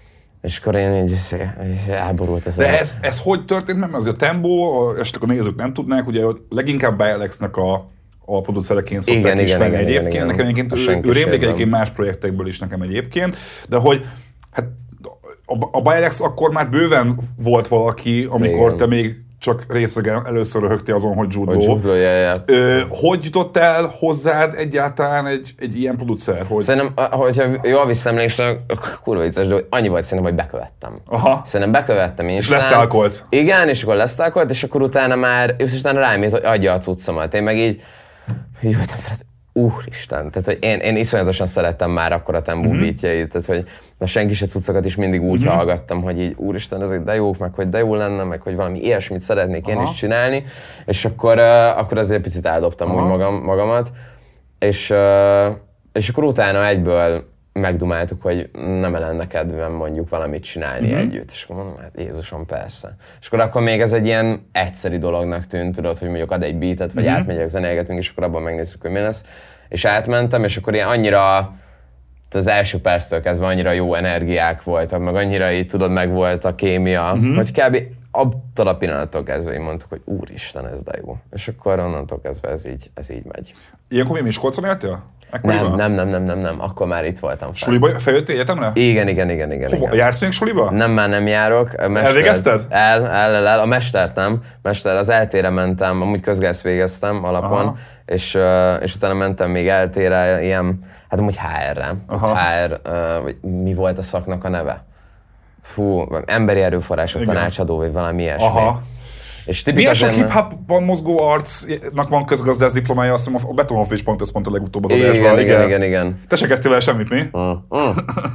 És akkor én így elborult ez. De ez, ez hogy történt meg? Az a Tembo, esetleg a nézők nem tudnák, ugye leginkább Bialexnek a a producereként szokták igen, ismerni igen, egyébként. Igen, nekem igen. egyébként, ő, ő rémlik egyébként más projektekből is nekem egyébként, de hogy hát a, a Bialex akkor már bőven volt valaki, amikor igen. te még csak részegen először röhögtél azon, hogy Jude Law. Jude Law, yeah, yeah. Ö, hogy jutott el hozzád egyáltalán egy, egy ilyen producer? Hogy... Szerintem, hogyha jól visszaemlékszem, kurva vicces, de annyi volt szerintem, hogy bekövettem. Aha. Szerintem bekövettem én. És lesztálkolt. Igen, és akkor lesztálkolt, és akkor utána már, és utána rám írt, hogy adja a cuccomat. Én meg így, így voltam fel, úristen, tehát hogy én, én iszonyatosan szerettem már akkor a Tembo mm-hmm. beatjeit, tehát hogy a senki se cuccokat is mindig úgy mm-hmm. hallgattam, hogy így úristen, ezek de jók, meg hogy de jó lenne, meg hogy valami ilyesmit szeretnék Aha. én is csinálni, és akkor, uh, akkor azért picit eldobtam Aha. úgy magam, magamat, és, uh, és akkor utána egyből megdumáltuk, hogy nem lenne kedvem mondjuk valamit csinálni mm-hmm. együtt, és akkor mondom, hát Jézusom, persze. És akkor, akkor még ez egy ilyen egyszeri dolognak tűnt, tudod, hogy mondjuk ad egy beatet, vagy mm-hmm. átmegyek, zenélgetünk, és akkor abban megnézzük, hogy mi lesz. És átmentem, és akkor ilyen annyira, az első perctől kezdve annyira jó energiák voltak, meg annyira így tudod, meg volt a kémia, mm-hmm. hogy kb. Attól a pillanattól kezdve így mondtuk, hogy úristen, ez de jó. És akkor onnantól kezdve ez így, ez így megy. Ilyenkor mi Miskolcon éltél? Nem, nem, nem, nem, nem, nem, akkor már itt voltam fel. Suliba feljöttél egyetemre? Igen, igen, igen, igen. Hova? igen. Jársz még suliba? Nem, már nem járok. Mester... Elvégezted? El, el, el, el, a mestert nem. Mester, az eltére mentem, amúgy közgázt végeztem alapon, és, és utána mentem még eltére, ilyen, hát amúgy há er-re. Aha. há er, uh, mi volt a szaknak a neve? Fú, emberi erőforrások igen. tanácsadó, vagy valami ilyesmi. Aha. És milyen sok hip-hopban mozgó arcnak van közgazdász diplomája, azt hiszem a Betonhoff is pont ez pont a legutóbb az adásban. Igen, igen, igen, igen. Te se kezdtél vele semmit, mi? Mm. Mm.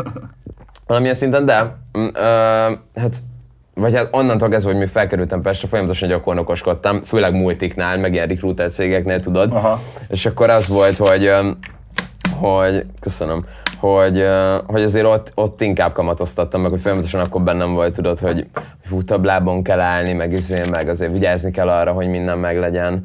Valamilyen szinten, de mm, uh, hát, vagy hát onnantól kezdve, hogy mi felkerültem Pestre, folyamatosan gyakornokoskodtam, főleg multiknál, meg ilyen recruiter cégeknél, tudod. Aha. És akkor az volt, hogy, hogy köszönöm, hogy, hogy azért ott, ott inkább kamatoztattam, meg hogy folyamatosan akkor bennem volt, tudod, hogy fútabb lábon kell állni, meg, izé, meg azért vigyázni kell arra, hogy minden meglegyen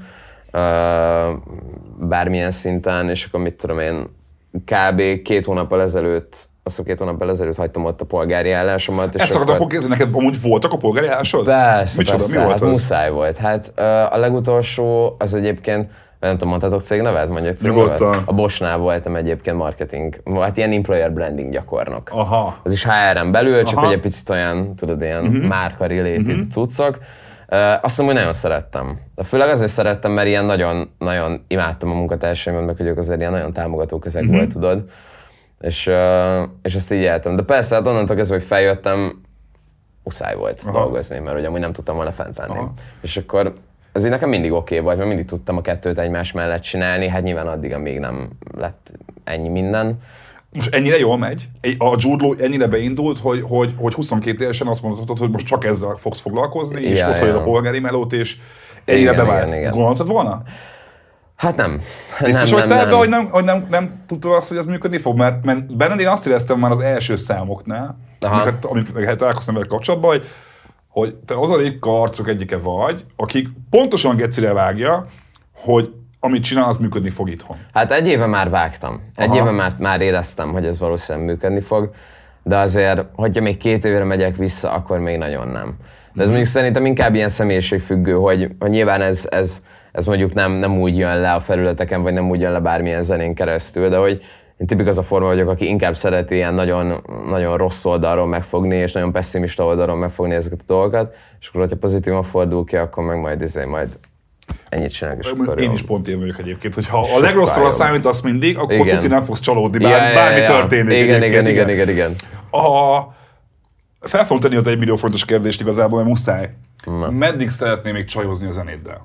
bármilyen szinten, és akkor mit tudom én, kb. két hónappal ezelőtt, azt a két hónappal ezelőtt hagytam ott a polgári állásomat. Ezt akartam akkor kérdezni, neked amúgy voltak a polgári állásod? Persze, Micsoda, persze, mi volt hát az? muszáj volt. Hát a legutolsó az egyébként, nem tudom, mondhatok cégnevet? Mondjuk cégnevet? A Boschnál voltam egyébként marketing, hát ilyen employer branding gyakornok. Aha. Az is há er-en belül, csak egy picit olyan, tudod, ilyen uh-huh. márka-related uh-huh. cuccok. Uh, azt mondom, hogy nagyon szerettem. De főleg azért szerettem, mert ilyen nagyon, nagyon imádtam a munkatársaimat, meg hogy ők azért ilyen nagyon támogató közeg uh-huh. volt, tudod. És, uh, és ezt így éltem. De persze, hát onnantól kezdve, hogy feljöttem, muszáj volt Aha. dolgozni, mert ugye amúgy nem tudtam volna fent lenni. Aha. És akkor ez így nekem mindig oké okay volt, mert mindig tudtam a kettőt egymás mellett csinálni, hát nyilván addig, amíg nem lett ennyi minden. Most ennyire jól megy? A Jude Law ennyire beindult, hogy, hogy, hogy huszonkét évesen azt mondhatod, hogy most csak ezzel fogsz foglalkozni, ja, és ott hagyod a polgári melót, és ennyire igen, bevált. Igen, igen. Ezt gondoltad volna? Hát nem. Biztos nem, vagy te nem, ebbe, nem. hogy, nem, hogy nem, nem tudtad azt, hogy ez működni fog? Mert, mert benned én azt éreztem már az első számoknál, amiket, amiket találkoztam vele kapcsolatban, hogy, hogy te az a ritka arcok egyike vagy, akik pontosan gecire vágja, hogy amit csinál, az működni fog itthon. Hát egy éve már vágtam. Egy Aha. éve már, már éreztem, hogy ez valószínűleg működni fog, de azért, hogyha még két évre megyek vissza, akkor még nagyon nem. De ez mondjuk szerintem inkább ilyen személyiségfüggő, hogy, hogy nyilván ez, ez, ez mondjuk nem, nem úgy jön le a felületeken, vagy nem úgy jön le bármilyen zenén keresztül, de hogy én tipik az a forma vagyok, aki inkább szereti ilyen nagyon, nagyon rossz oldalról megfogni, és nagyon pessimista oldalról megfogni ezeket a dolgokat, és akkor, hogyha pozitívan fordul ki, akkor meg majd, izé, majd ennyit csinálok, és akkor Én jó. is pont ilyen vagyok egyébként, hogy ha a legrosszabbra számítasz mindig, akkor igen. tuti nem fogsz csalódni, bár, ja, ja, bármi ja. történik. Igen, igen, igen, igen, igen. A... Fel fogom tenni az egy millió fontos kérdést igazából, mert muszáj. Na. Meddig szeretnél még csajozni a zenéddel?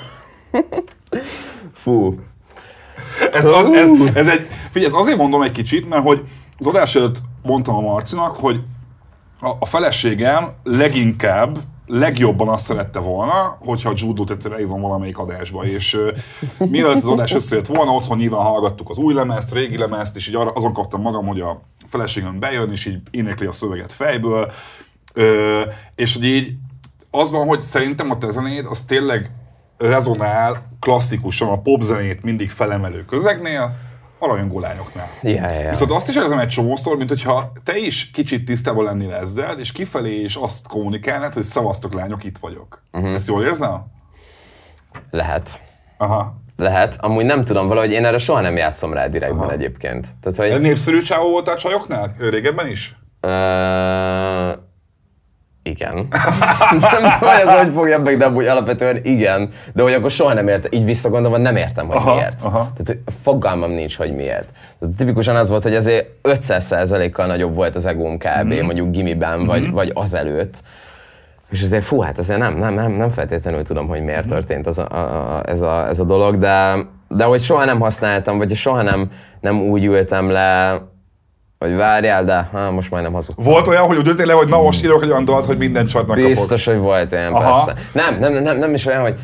Fú. Ez, az, ez, ez egy, figyelj, ez azért mondom egy kicsit, mert hogy az adás előtt mondtam a Marcinak, hogy a, a feleségem leginkább, legjobban azt szerette volna, hogyha a Jude Law-t egyszer eljön valamelyik adásba, és uh, mielőtt az adás összejött volna, otthon nyilván hallgattuk az új lemezt, régi lemezt, és így arra, azon kaptam magam, hogy a feleségem bejön, és így énekli a szöveget fejből, uh, és hogy így az van, hogy szerintem a te zenéd az tényleg rezonál klasszikusan a popzenét mindig felemelő közegnél, a rajongó lányoknál. Ja, ja, ja. Viszont azt is érzem egy csomószor, mint hogyha te is kicsit tisztában lennél ezzel, és kifelé is azt kommunikálnád, hogy szavaztok lányok, itt vagyok. Uh-huh. Ezt jól érzel? Lehet. Aha. Lehet. Amúgy nem tudom, valahogy én erre soha nem játszom rá direktben. Aha. Egyébként. Tehát, hogy... Népszerű csávó voltál a csajoknál? Régebben is? Uh... Igen. Nem tudom, hogy ez hogy fogja meg, de amúgy alapvetően igen. De hogy akkor soha nem értem, így visszagondolva nem értem, hogy aha, miért. Aha. Tehát hogy fogalmam nincs, hogy miért. Tehát tipikusan az volt, hogy azért ötszáz százalékkal nagyobb volt az egóm kb. Mm-hmm. mondjuk gimiben, vagy, mm-hmm. vagy azelőtt. És azért fú, hát azért nem, nem, nem, nem feltétlenül tudom, hogy miért történt az a, a, ez, a, ez a dolog, de, de hogy soha nem használtam, vagy soha nem, nem úgy ültem le, hogy várjál, de ha, most majdnem hazug. Volt olyan, hogy úgy ültél le, hogy na most írok egy olyan dalt, hogy minden csat megkapok? Biztos, hogy volt olyan, aha. Persze. Nem, nem, nem, nem is olyan, hogy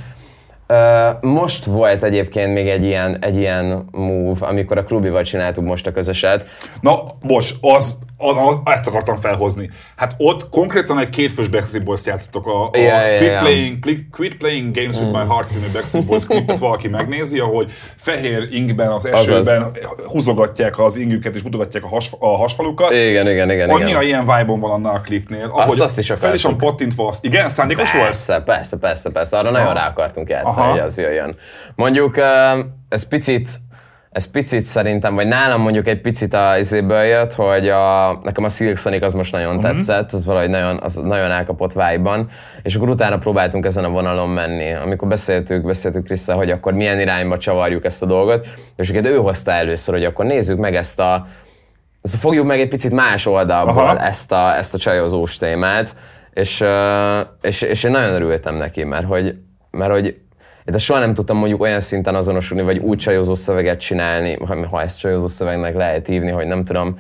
uh, most volt egyébként még egy ilyen, egy ilyen move, amikor a Klubival csináltuk most a közöset. Na, bocs, az, az, ezt akartam felhozni. Hát ott konkrétan egy kétfős Backstreet Boys játszottok. A, a yeah, yeah, quit, yeah. Playing, quit Playing Games with mm. My Heart című Backstreet Boys klipet valaki megnézi, ahogy fehér ingben, az esőben azaz. Húzogatják az ingüket és mutogatják a, has, a hasfalukat. Igen, igen, igen. Annyira igen. ilyen vibe-on van annál a klipnél. Ahogy azt, azt is fel is van pattintva azt. Igen, szándékos volt? Persze, persze, persze, persze. Arra nagyon rá akartunk játszani, hogy az jöjjön. Mondjuk ez picit, ez picit szerintem, vagy nálam mondjuk egy picit a izéből jött, hogy a, nekem a Silk Sonic az most nagyon uh-huh. tetszett, az valahogy nagyon, az nagyon elkapott vibe-ban, és akkor utána próbáltunk ezen a vonalon menni. Amikor beszéltük, beszéltük Krisztel, hogy akkor milyen irányba csavarjuk ezt a dolgot, és akkor ő hozta először, hogy akkor nézzük meg ezt a, ezt a fogjuk meg egy picit más oldalból ezt a, ezt a csajozós témát, és, és, és én nagyon örültem neki, mert hogy, mert hogy de soha nem tudtam mondjuk olyan szinten azonosulni, vagy úgy csajozó szöveget csinálni, ha, ha ezt csajozó szövegnek lehet hívni, hogy nem tudom,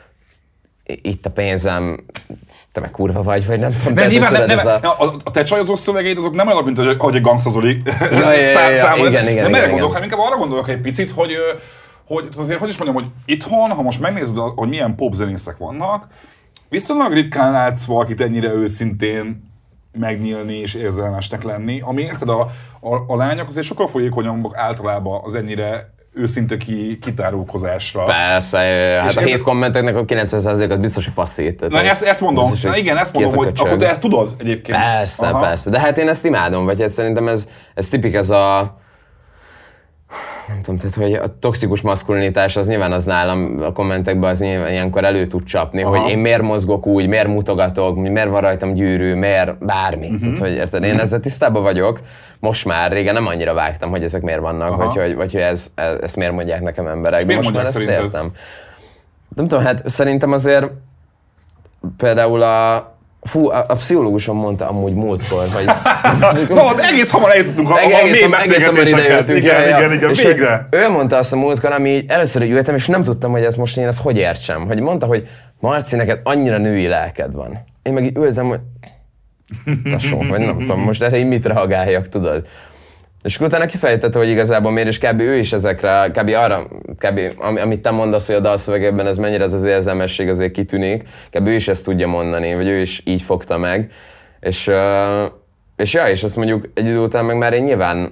itt a pénzem, te meg kurva vagy, vagy nem tudom. De nyilván nem, nem, a... A, a te csajozó szövegeid azok nem olyan, mint hogy, hogy a Gangsta Zoli ja, ja, ja, ja, igen, igen, nem igen, erre igen. gondolok, hanem inkább arra gondolok egy picit, hogy, hogy azért, hogy is mondjam, hogy itthon, ha most megnézed, hogy milyen popzenészek vannak, viszonylag ritkán látsz valakit ennyire őszintén megnyílni és érzelmesnek lenni, ami érted, a, a, a lányok azért sokkal folyékonyabbak általában az ennyire őszinte ki, kitárulkozásra. Persze, hát a hét kommenteknek a kilencven százalékot biztos, hogy faszít. Na ezt, ezt mondom, biztos, na igen, ezt mondom, hogy akkor te ezt tudod egyébként. Persze, aha. persze, de hát én ezt imádom, vagy hát szerintem ez, ez tipik ez a nem tudom, tehát hogy a toxikus maszkulinitás az nyilván az nálam a kommentekben az nyilván ilyenkor elő tud csapni, aha. hogy én miért mozgok úgy, miért mutogatok, miért van rajtam gyűrű, miért bármi. Uh-huh. Tehát, hogy érted, én ezzel tisztában vagyok, most már, régen nem annyira vágtam, hogy ezek miért vannak, vagy hogy, vagy hogy ez, ez, ezt miért mondják nekem emberek. És most már ezt szerinted? Értem. Nem tudom, hát szerintem azért például a Fú, a, a pszichológusom mondta amúgy múltkor, hogy... No, egész hamar eljutottunk a, a mély beszélgetésekhez. Igen, igen, igen, igen, végre. Ő mondta azt a múltkor, ami először ültem, és nem tudtam, hogy ezt most én ezt hogy értsem. Hogy mondta, hogy Marci, neked annyira női lelked van. Én meg így ültem, hogy... Tasó, vagy nem tudom, most erre így mit reagáljak, tudod? És akkor utána kifejtette, hogy igazából miért, és kb. Ő is ezekre, kb. Arra, kb. Amit te mondasz, hogy a dalszövegekben ez mennyire ez az érzelmesség azért kitűnik, kb. Ő is ezt tudja mondani, vagy ő is így fogta meg. És, és ja, és azt mondjuk egy idő után meg már én nyilván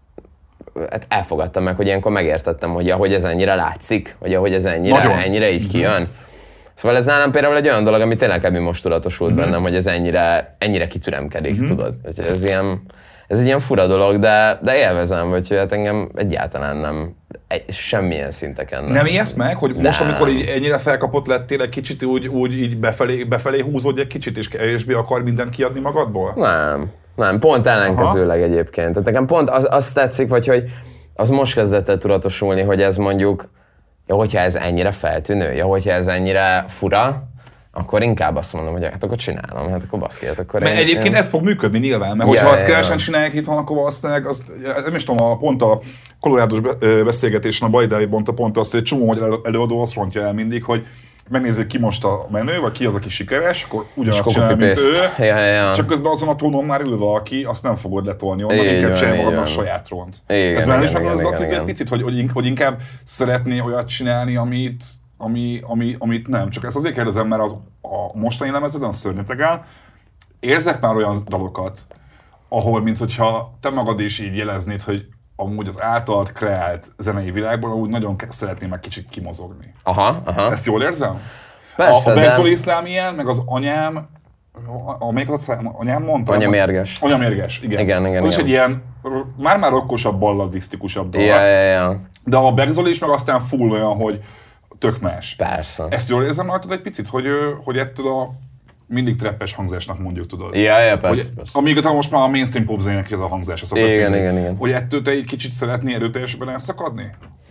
hát elfogadtam meg, hogy ilyenkor megértettem, hogy ahogy ez ennyire látszik, vagy ahogy ez ennyire, ennyire így kijön. Szóval ez nálam például egy olyan dolog, ami tényleg kb. Most tudatosult bennem, hogy ez ennyire, ennyire kitüremkedik, mm-hmm. tudod? Ez ilyen... Ez egy ilyen fura dolog, de, de élvezem, vagy hát engem egyáltalán nem, egy, semmilyen szinteken nem. Nem ijedsz meg, hogy most, nem. Amikor így ennyire felkapott lettél, egy kicsit úgy, úgy így befelé, befelé húzódj egy kicsit, és kevésbé akar mindent kiadni magadból? Nem, nem, pont ellenkezőleg aha. egyébként. Tehát nekem pont az, az tetszik, vagy hogy az most kezdett el tudatosulni, hogy ez mondjuk, ja, hogyha ez ennyire feltűnő, ja, hogyha ez ennyire fura, akkor inkább azt mondom, hogy hát akkor csinálom, hát akkor baszki, hát akkor mert én, egyébként én... ez fog működni nyilván, mert ja, hogyha ja, azt kevesen ja. csinálják itthon, akkor valószínűleg, az, nem is tudom, a, pont a kolorádós beszélgetésen a Bajdávi mondta pont azt, hogy egy csomó magyar előadó azt mondja el mindig, hogy megnézzük ki most a menő, vagy ki az, aki sikeres, akkor ugyanazt csinál, mint ő, ja, ja. csak közben azon a tónon már ül valaki, azt nem fogod letolni onnan, így inkább csinálj magadnak a saját trónt. Ez benne is megmondozzatok egy picit, hogy, hogy inkább szeretné olyat csinálni, amit Ami, ami, amit nem. Csak ezt azért kérdezem, mert az, a mostani lemezeden, a Szörnyetegán érzek már olyan dalokat, ahol, mint hogyha te magad is így jeleznéd, hogy amúgy az általad kreált zenei világban úgy nagyon szeretném meg kicsit kimozogni. Aha, aha. Ezt jól érzem? Persze, a a Benzol de... Iszlám ilyen, meg az anyám, amelyik az anyám mondta? Anya mérges. Anya mérges, igen. Igen, igen, az is igen. egy ilyen, már-már rokkosabb, balladisztikusabb dolog. Ja, ja, ja. De a Benzol is meg aztán full olyan, hogy tök más. Persze. Ezt jól érzem rajtad egy picit, hogy, hogy ettől a mindig trappes hangzásnak mondjuk, tudod? Ja, ja, persze, hogy, persze. amíg most már a mainstream pop zenének ez a hangzása szokott. Igen, mindig, igen, igen. Hogy ettől te egy kicsit szeretnél erőteljesebben elszakadni?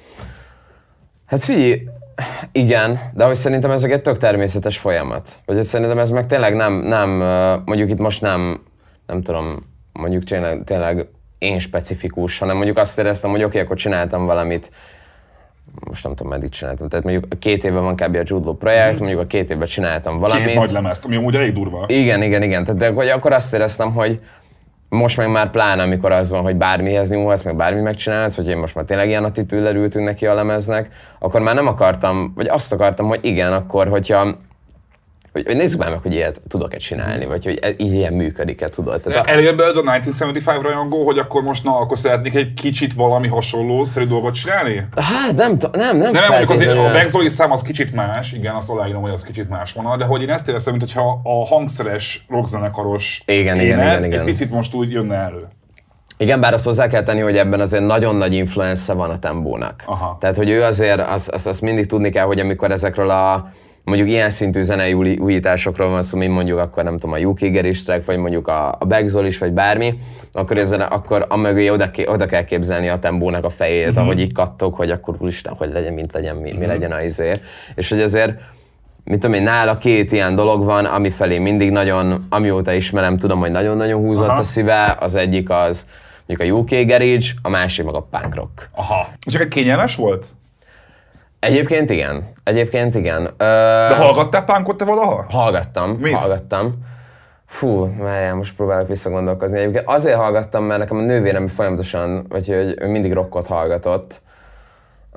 Hát figyelj, igen, de hogy szerintem ez egy tök természetes folyamat. Vagy hogy szerintem ez meg tényleg nem, nem, mondjuk itt most nem, nem tudom, mondjuk tényleg, tényleg én specifikus, hanem mondjuk azt éreztem, hogy oké, okay, akkor csináltam valamit, most nem tudom, meddig csináltam, tehát mondjuk két évben van kb. A Jude Law projekt, mondjuk a két évben csináltam valamit. Két nagy lemezt, ami amúgy elég durva. Igen, igen, igen, tehát de hogy akkor azt éreztem, hogy most meg már pláne, amikor az van, hogy bármihez nyúlhatsz, meg bármi megcsinálsz, hogy én most már tényleg ilyen attitűddel ültünk neki a lemeznek, akkor már nem akartam, vagy azt akartam, hogy igen, akkor, hogyha hogy, hogy nézzük már meg, hogy ilyet tudok-e csinálni, vagy hogy ez, így ilyen működik-e, tudod. Tehát a... Elér belőled a ezerkilencszázhetvenöt rajongó, hogy akkor most na, akkor szeretnék egy kicsit valami hasonló szerű dolgot csinálni? Hát nem, nem, nem, nem mondjuk azért feltétlenül. a Benzol szám az kicsit más, igen, azt aláírom, hogy az kicsit más vonal, de hogy én ezt éreztem, mintha a hangszeres, rockzenekaros igen, igen, igen, igen. egy picit most úgy jönne elő. Igen, bár azt hozzá kell tenni, hogy ebben azért nagyon nagy influence van a Tembónak. Aha. Tehát, hogy ő azért, azt az, az mindig tudni kell, hogy amikor ezekről a mondjuk ilyen szintű zenei újításokról van szó, mint mondjuk akkor nem tudom, a U K Geris track, vagy mondjuk a, a Benzol is, vagy bármi, akkor, ezzel, akkor amögé oda, oda kell képzelni a Tembónak a fejét, uh-huh. ahogy így kattog, hogy akkor úristen, hogy legyen, mint legyen, mi, uh-huh. mi legyen a izé. És hogy azért, mit tudom én, nála két ilyen dolog van, ami felé mindig nagyon, amióta ismerem, tudom, hogy nagyon-nagyon húzott Aha. a szíve, az egyik az mondjuk a U K Garage, a másik meg a punk rock. Aha. Csak egy kényelmes volt? Egyébként igen. Egyébként igen. Ö... De hallgattál punkot te valaha? Hallgattam. Mit? Hallgattam. Fú, várjál, most próbálok visszagondolkozni. Egyébként azért hallgattam, mert nekem a nővérem folyamatosan, vagy hogy ő mindig rockot hallgatott. Uh,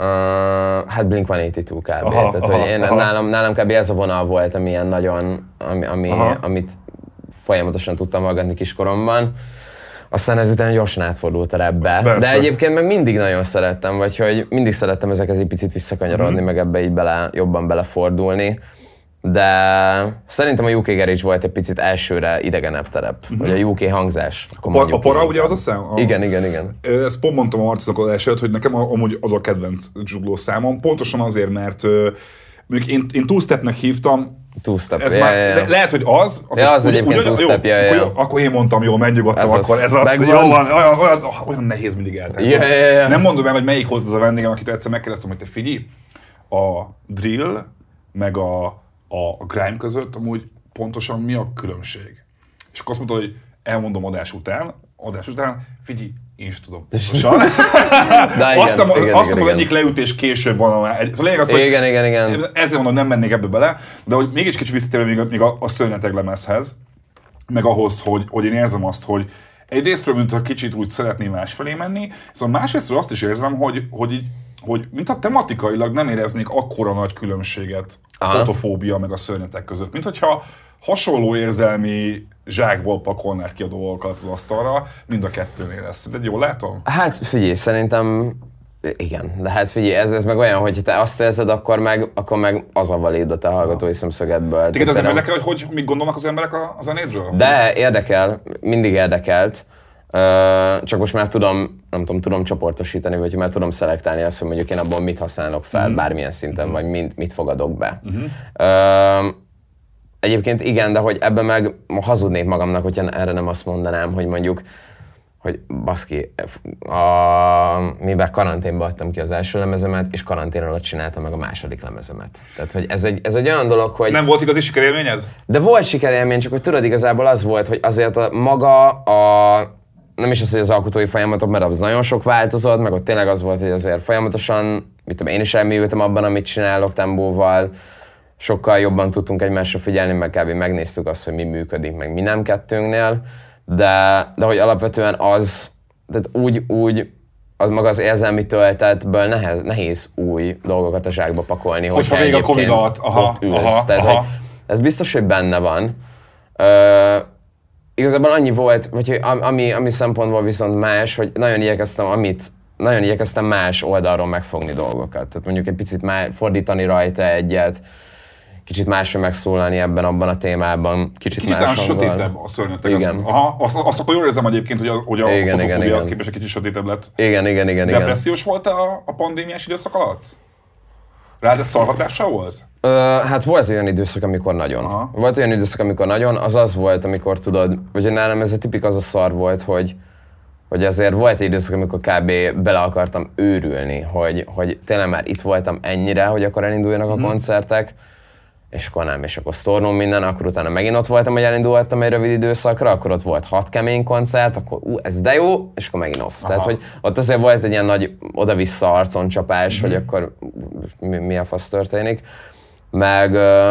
hát Blink száznyolcvankettő kb. Aha, Tehát, aha, hogy én, aha. nálam, nálam kb. Ez a vonal volt, ami ilyen nagyon, ami, ami, amit folyamatosan tudtam hallgatni kiskoromban. Aztán ezután gyorsan átfordult a rapbe. Persze. De egyébként meg mindig nagyon szerettem, vagy hogy mindig szerettem ezekhez egy picit visszakanyarodni, mm-hmm. meg ebbe így bele, jobban belefordulni. De szerintem a U K Garage volt egy picit elsőre idegenebb terep, mm-hmm. vagy a U K hangzás. A, par, a para ugye az a szám? A... Igen, igen, igen. Ezt pont mondtam a Marcinak az elsőt, hogy nekem amúgy az a kedvenc Jude Law számom. Pontosan azért, mert mondjuk én, én two-stepnek hívtam, Two-step, ez ja, már, ja, ja. Le, lehet, hogy az, az, ja, az úgy, egyébként úgy, two-step, jó, ja, ja. Akkor, akkor én mondtam, jól megnyugodtam, ez akkor az, ez az, megvan. jó van, olyan, olyan, olyan nehéz mindig eltenni. Ja, ja, ja. Nem mondom el, hogy melyik volt az a vendégem, akit egyszer megkérdeztem, hogy te figyelj, a drill meg a, a grime között amúgy pontosan mi a különbség? És akkor azt mondta, hogy elmondom adás után, adás után, figyelj, én is tudom pontosan. Azt mondom, hogy egyik leütés később van. Egy, szóval az, hogy igen, igen, igen. Ezért mondom, nem mennék ebbe bele, de hogy mégis kicsit visszatérve még, még a, a szörnyeteg lemezhez, meg ahhoz, hogy, hogy én érzem azt, hogy egyrésztről, mintha kicsit úgy szeretném másfelé menni, szóval másrésztről azt is érzem, hogy, hogy, így, hogy mintha tematikailag nem éreznék akkora nagy különbséget a fotofóbia meg a szörnyeteg között, mint hogyha hasonló érzelmi zsákból pakolnád ki a dolgokat az asztalra, mind a kettőnél lesz. De jól látom? Hát figyelj, szerintem igen, de hát figyelj, ez, ez meg olyan, hogy te azt érzed, akkor meg, akkor meg az a valid a te hallgatói szemszögedből. Téged az érdekel, hogy, hogy mit gondolnak az emberek a, a zenédről? De érdekel, mindig érdekelt. Csak most már tudom, nem tudom, tudom csoportosítani, vagy már tudom szelektálni azt, hogy mondjuk én abból mit használok fel, uh-huh. bármilyen szinten, uh-huh. vagy mit, mit fogadok be. Uh-huh. Egyébként igen, de hogy ebben meg hazudnék magamnak, hogyha erre nem azt mondanám, hogy mondjuk, hogy baszki, a, mivel karanténba adtam ki az első lemezemet, és karantén alatt csináltam meg a második lemezemet. Tehát, hogy ez egy, ez egy olyan dolog, hogy... Nem volt igazi sikerélményed? De volt sikerélmény, csak hogy tudod, igazából az volt, hogy azért a maga a... Nem is az, hogy az alkotói folyamatok, mert az nagyon sok változott, meg ott tényleg az volt, hogy azért folyamatosan, mit tudom, én is elmélyültem abban, amit csinálok Tembóval, sokkal jobban tudtunk egymásra figyelni, meg kb. Megnéztük azt, hogy mi működik, meg mi nem kettőnknél, de, de hogy alapvetően az, tehát úgy, úgy az maga az érzelmi töltetből nehez, nehéz új dolgokat a zsákba pakolni, hogyha még a Covid alatt, aha, ott ülsz. aha, Tehát, aha. Hogy ez biztos, hogy benne van. Ö, igazából annyi volt, vagy hogy ami, ami szempontból viszont más, hogy nagyon igyekeztem, amit nagyon igyekeztem más oldalról megfogni dolgokat. Tehát mondjuk egy picit má, fordítani rajta egyet, kicsit máshogy megszólalni ebben, abban a témában, kicsit, kicsit más sötétebb a szörnyeteg. Igen. Azt, aha, azt, azt akkor jól érzem egyébként, hogy a, hogy a igen, fotofóbia az igen. képest egy kicsit sötétebb lett. Igen, igen, igen. Depressziós volt a, a pandémiás időszak alatt? Rád ez szarhatással volt? Ö, hát volt olyan időszak, amikor nagyon. Aha. Volt olyan időszak, amikor nagyon, az az volt, amikor tudod, vagy nálam ez a tipik az a szar volt, hogy hogy azért volt egy időszak, amikor kb. Bele akartam őrülni, hogy, hogy tényleg már itt voltam ennyire, hogy akkor elinduljanak mm. a koncertek, és akkor nem, és akkor sztornom minden, akkor utána megint ott voltam, hogy elindultam egy rövid időszakra, akkor ott volt hat kemény koncert, akkor ú, ez de jó, és akkor megint off. Aha. Tehát, hogy ott azért volt egy ilyen nagy oda-vissza arconcsapás, mm. hogy akkor mi, mi a fasz történik. Meg,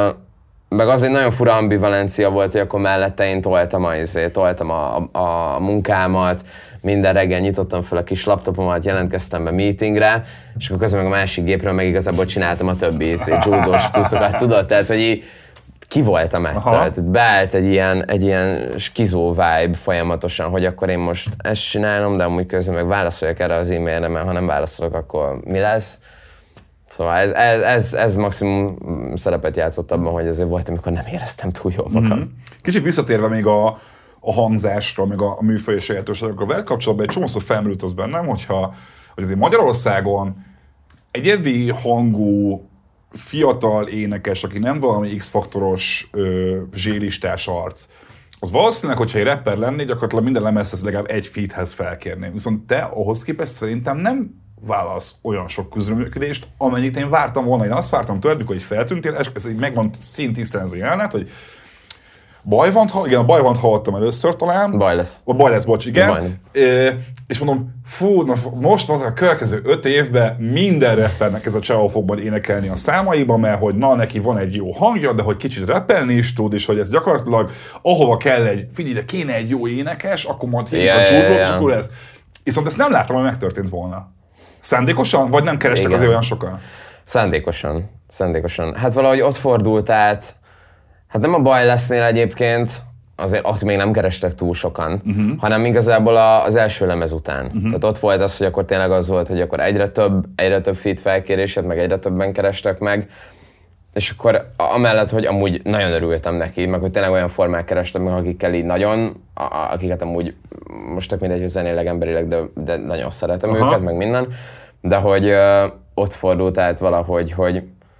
meg az egy nagyon fura ambivalencia volt, hogy akkor mellette én toltam a, toltam a, a, a munkámat, minden reggel nyitottam fel a kis laptopomat, jelentkeztem be meetingre, és akkor közben meg a másik gépről meg igazából csináltam a többi judós tusztokat, tudod? Tehát, hogy így ki voltam ettől. Tehát beállt egy ilyen, egy ilyen skizó vibe folyamatosan, hogy akkor én most ezt csinálom, de amúgy közben meg válaszoljak erre az e-mailre, mert ha nem válaszolok, akkor mi lesz? Szóval ez, ez, ez, ez maximum szerepet játszott abban, hogy azért volt, amikor nem éreztem túl jól magam. Mm-hmm. Kicsit visszatérve még a, a hangzásra, meg a, a műfaj sajátosságokra veled kapcsolatban egy csomószor felmerült az bennem, hogyha, hogy azért Magyarországon egyedi hangú, fiatal énekes, aki nem valami X-faktoros zsélistás arc, az valószínűleg, hogyha egy rapper lennél, gyakorlatilag minden lemezhez legalább egy feathez felkérném. Viszont te ahhoz képest szerintem nem válasz olyan sok közreműködést, amennyit én vártam volna. Én azt vártam tőled, mikor így feltűntél, és ez így megvan szintisztán ez a jelenet, hogy Bajvant, igen, a Bajvant hallottam először talán. Baj lesz. A Baj lesz, bocs, igen. E, és mondom, fú, na, most az a következő öt évben minden rappernek ez a csávó fog majd énekelni a számaiba, mert hogy na, neki van egy jó hangja, de hogy kicsit rappelni is tud, és hogy ez gyakorlatilag ahova kell egy, figyelj, de kéne egy jó énekes, akkor majd hívjuk yeah, a Jude Law, és akkor lesz. Viszont ezt nem láttam, hogy megtörtént volna. Szándékosan, vagy nem kerestek azért olyan sokan? Szándékosan. Szándékosan. Hát valahogy ott fordult át, hát nem a Baj lesznél egyébként, azért ott még nem kerestek túl sokan, uh-huh. hanem igazából az első lemez után. Uh-huh. Tehát ott volt az, hogy akkor tényleg az volt, hogy akkor egyre több, egyre több feat felkérésed, meg egyre többen kerestek meg, és akkor amellett, hogy amúgy nagyon örültem neki, meg hogy tényleg olyan formák kerestem meg, akikkel így nagyon, akiket amúgy most tök mindegy, hogy zenéleg, emberileg, de, de nagyon szeretem Aha. őket, meg minden, de hogy ö, ott fordult át valahogy, hogy,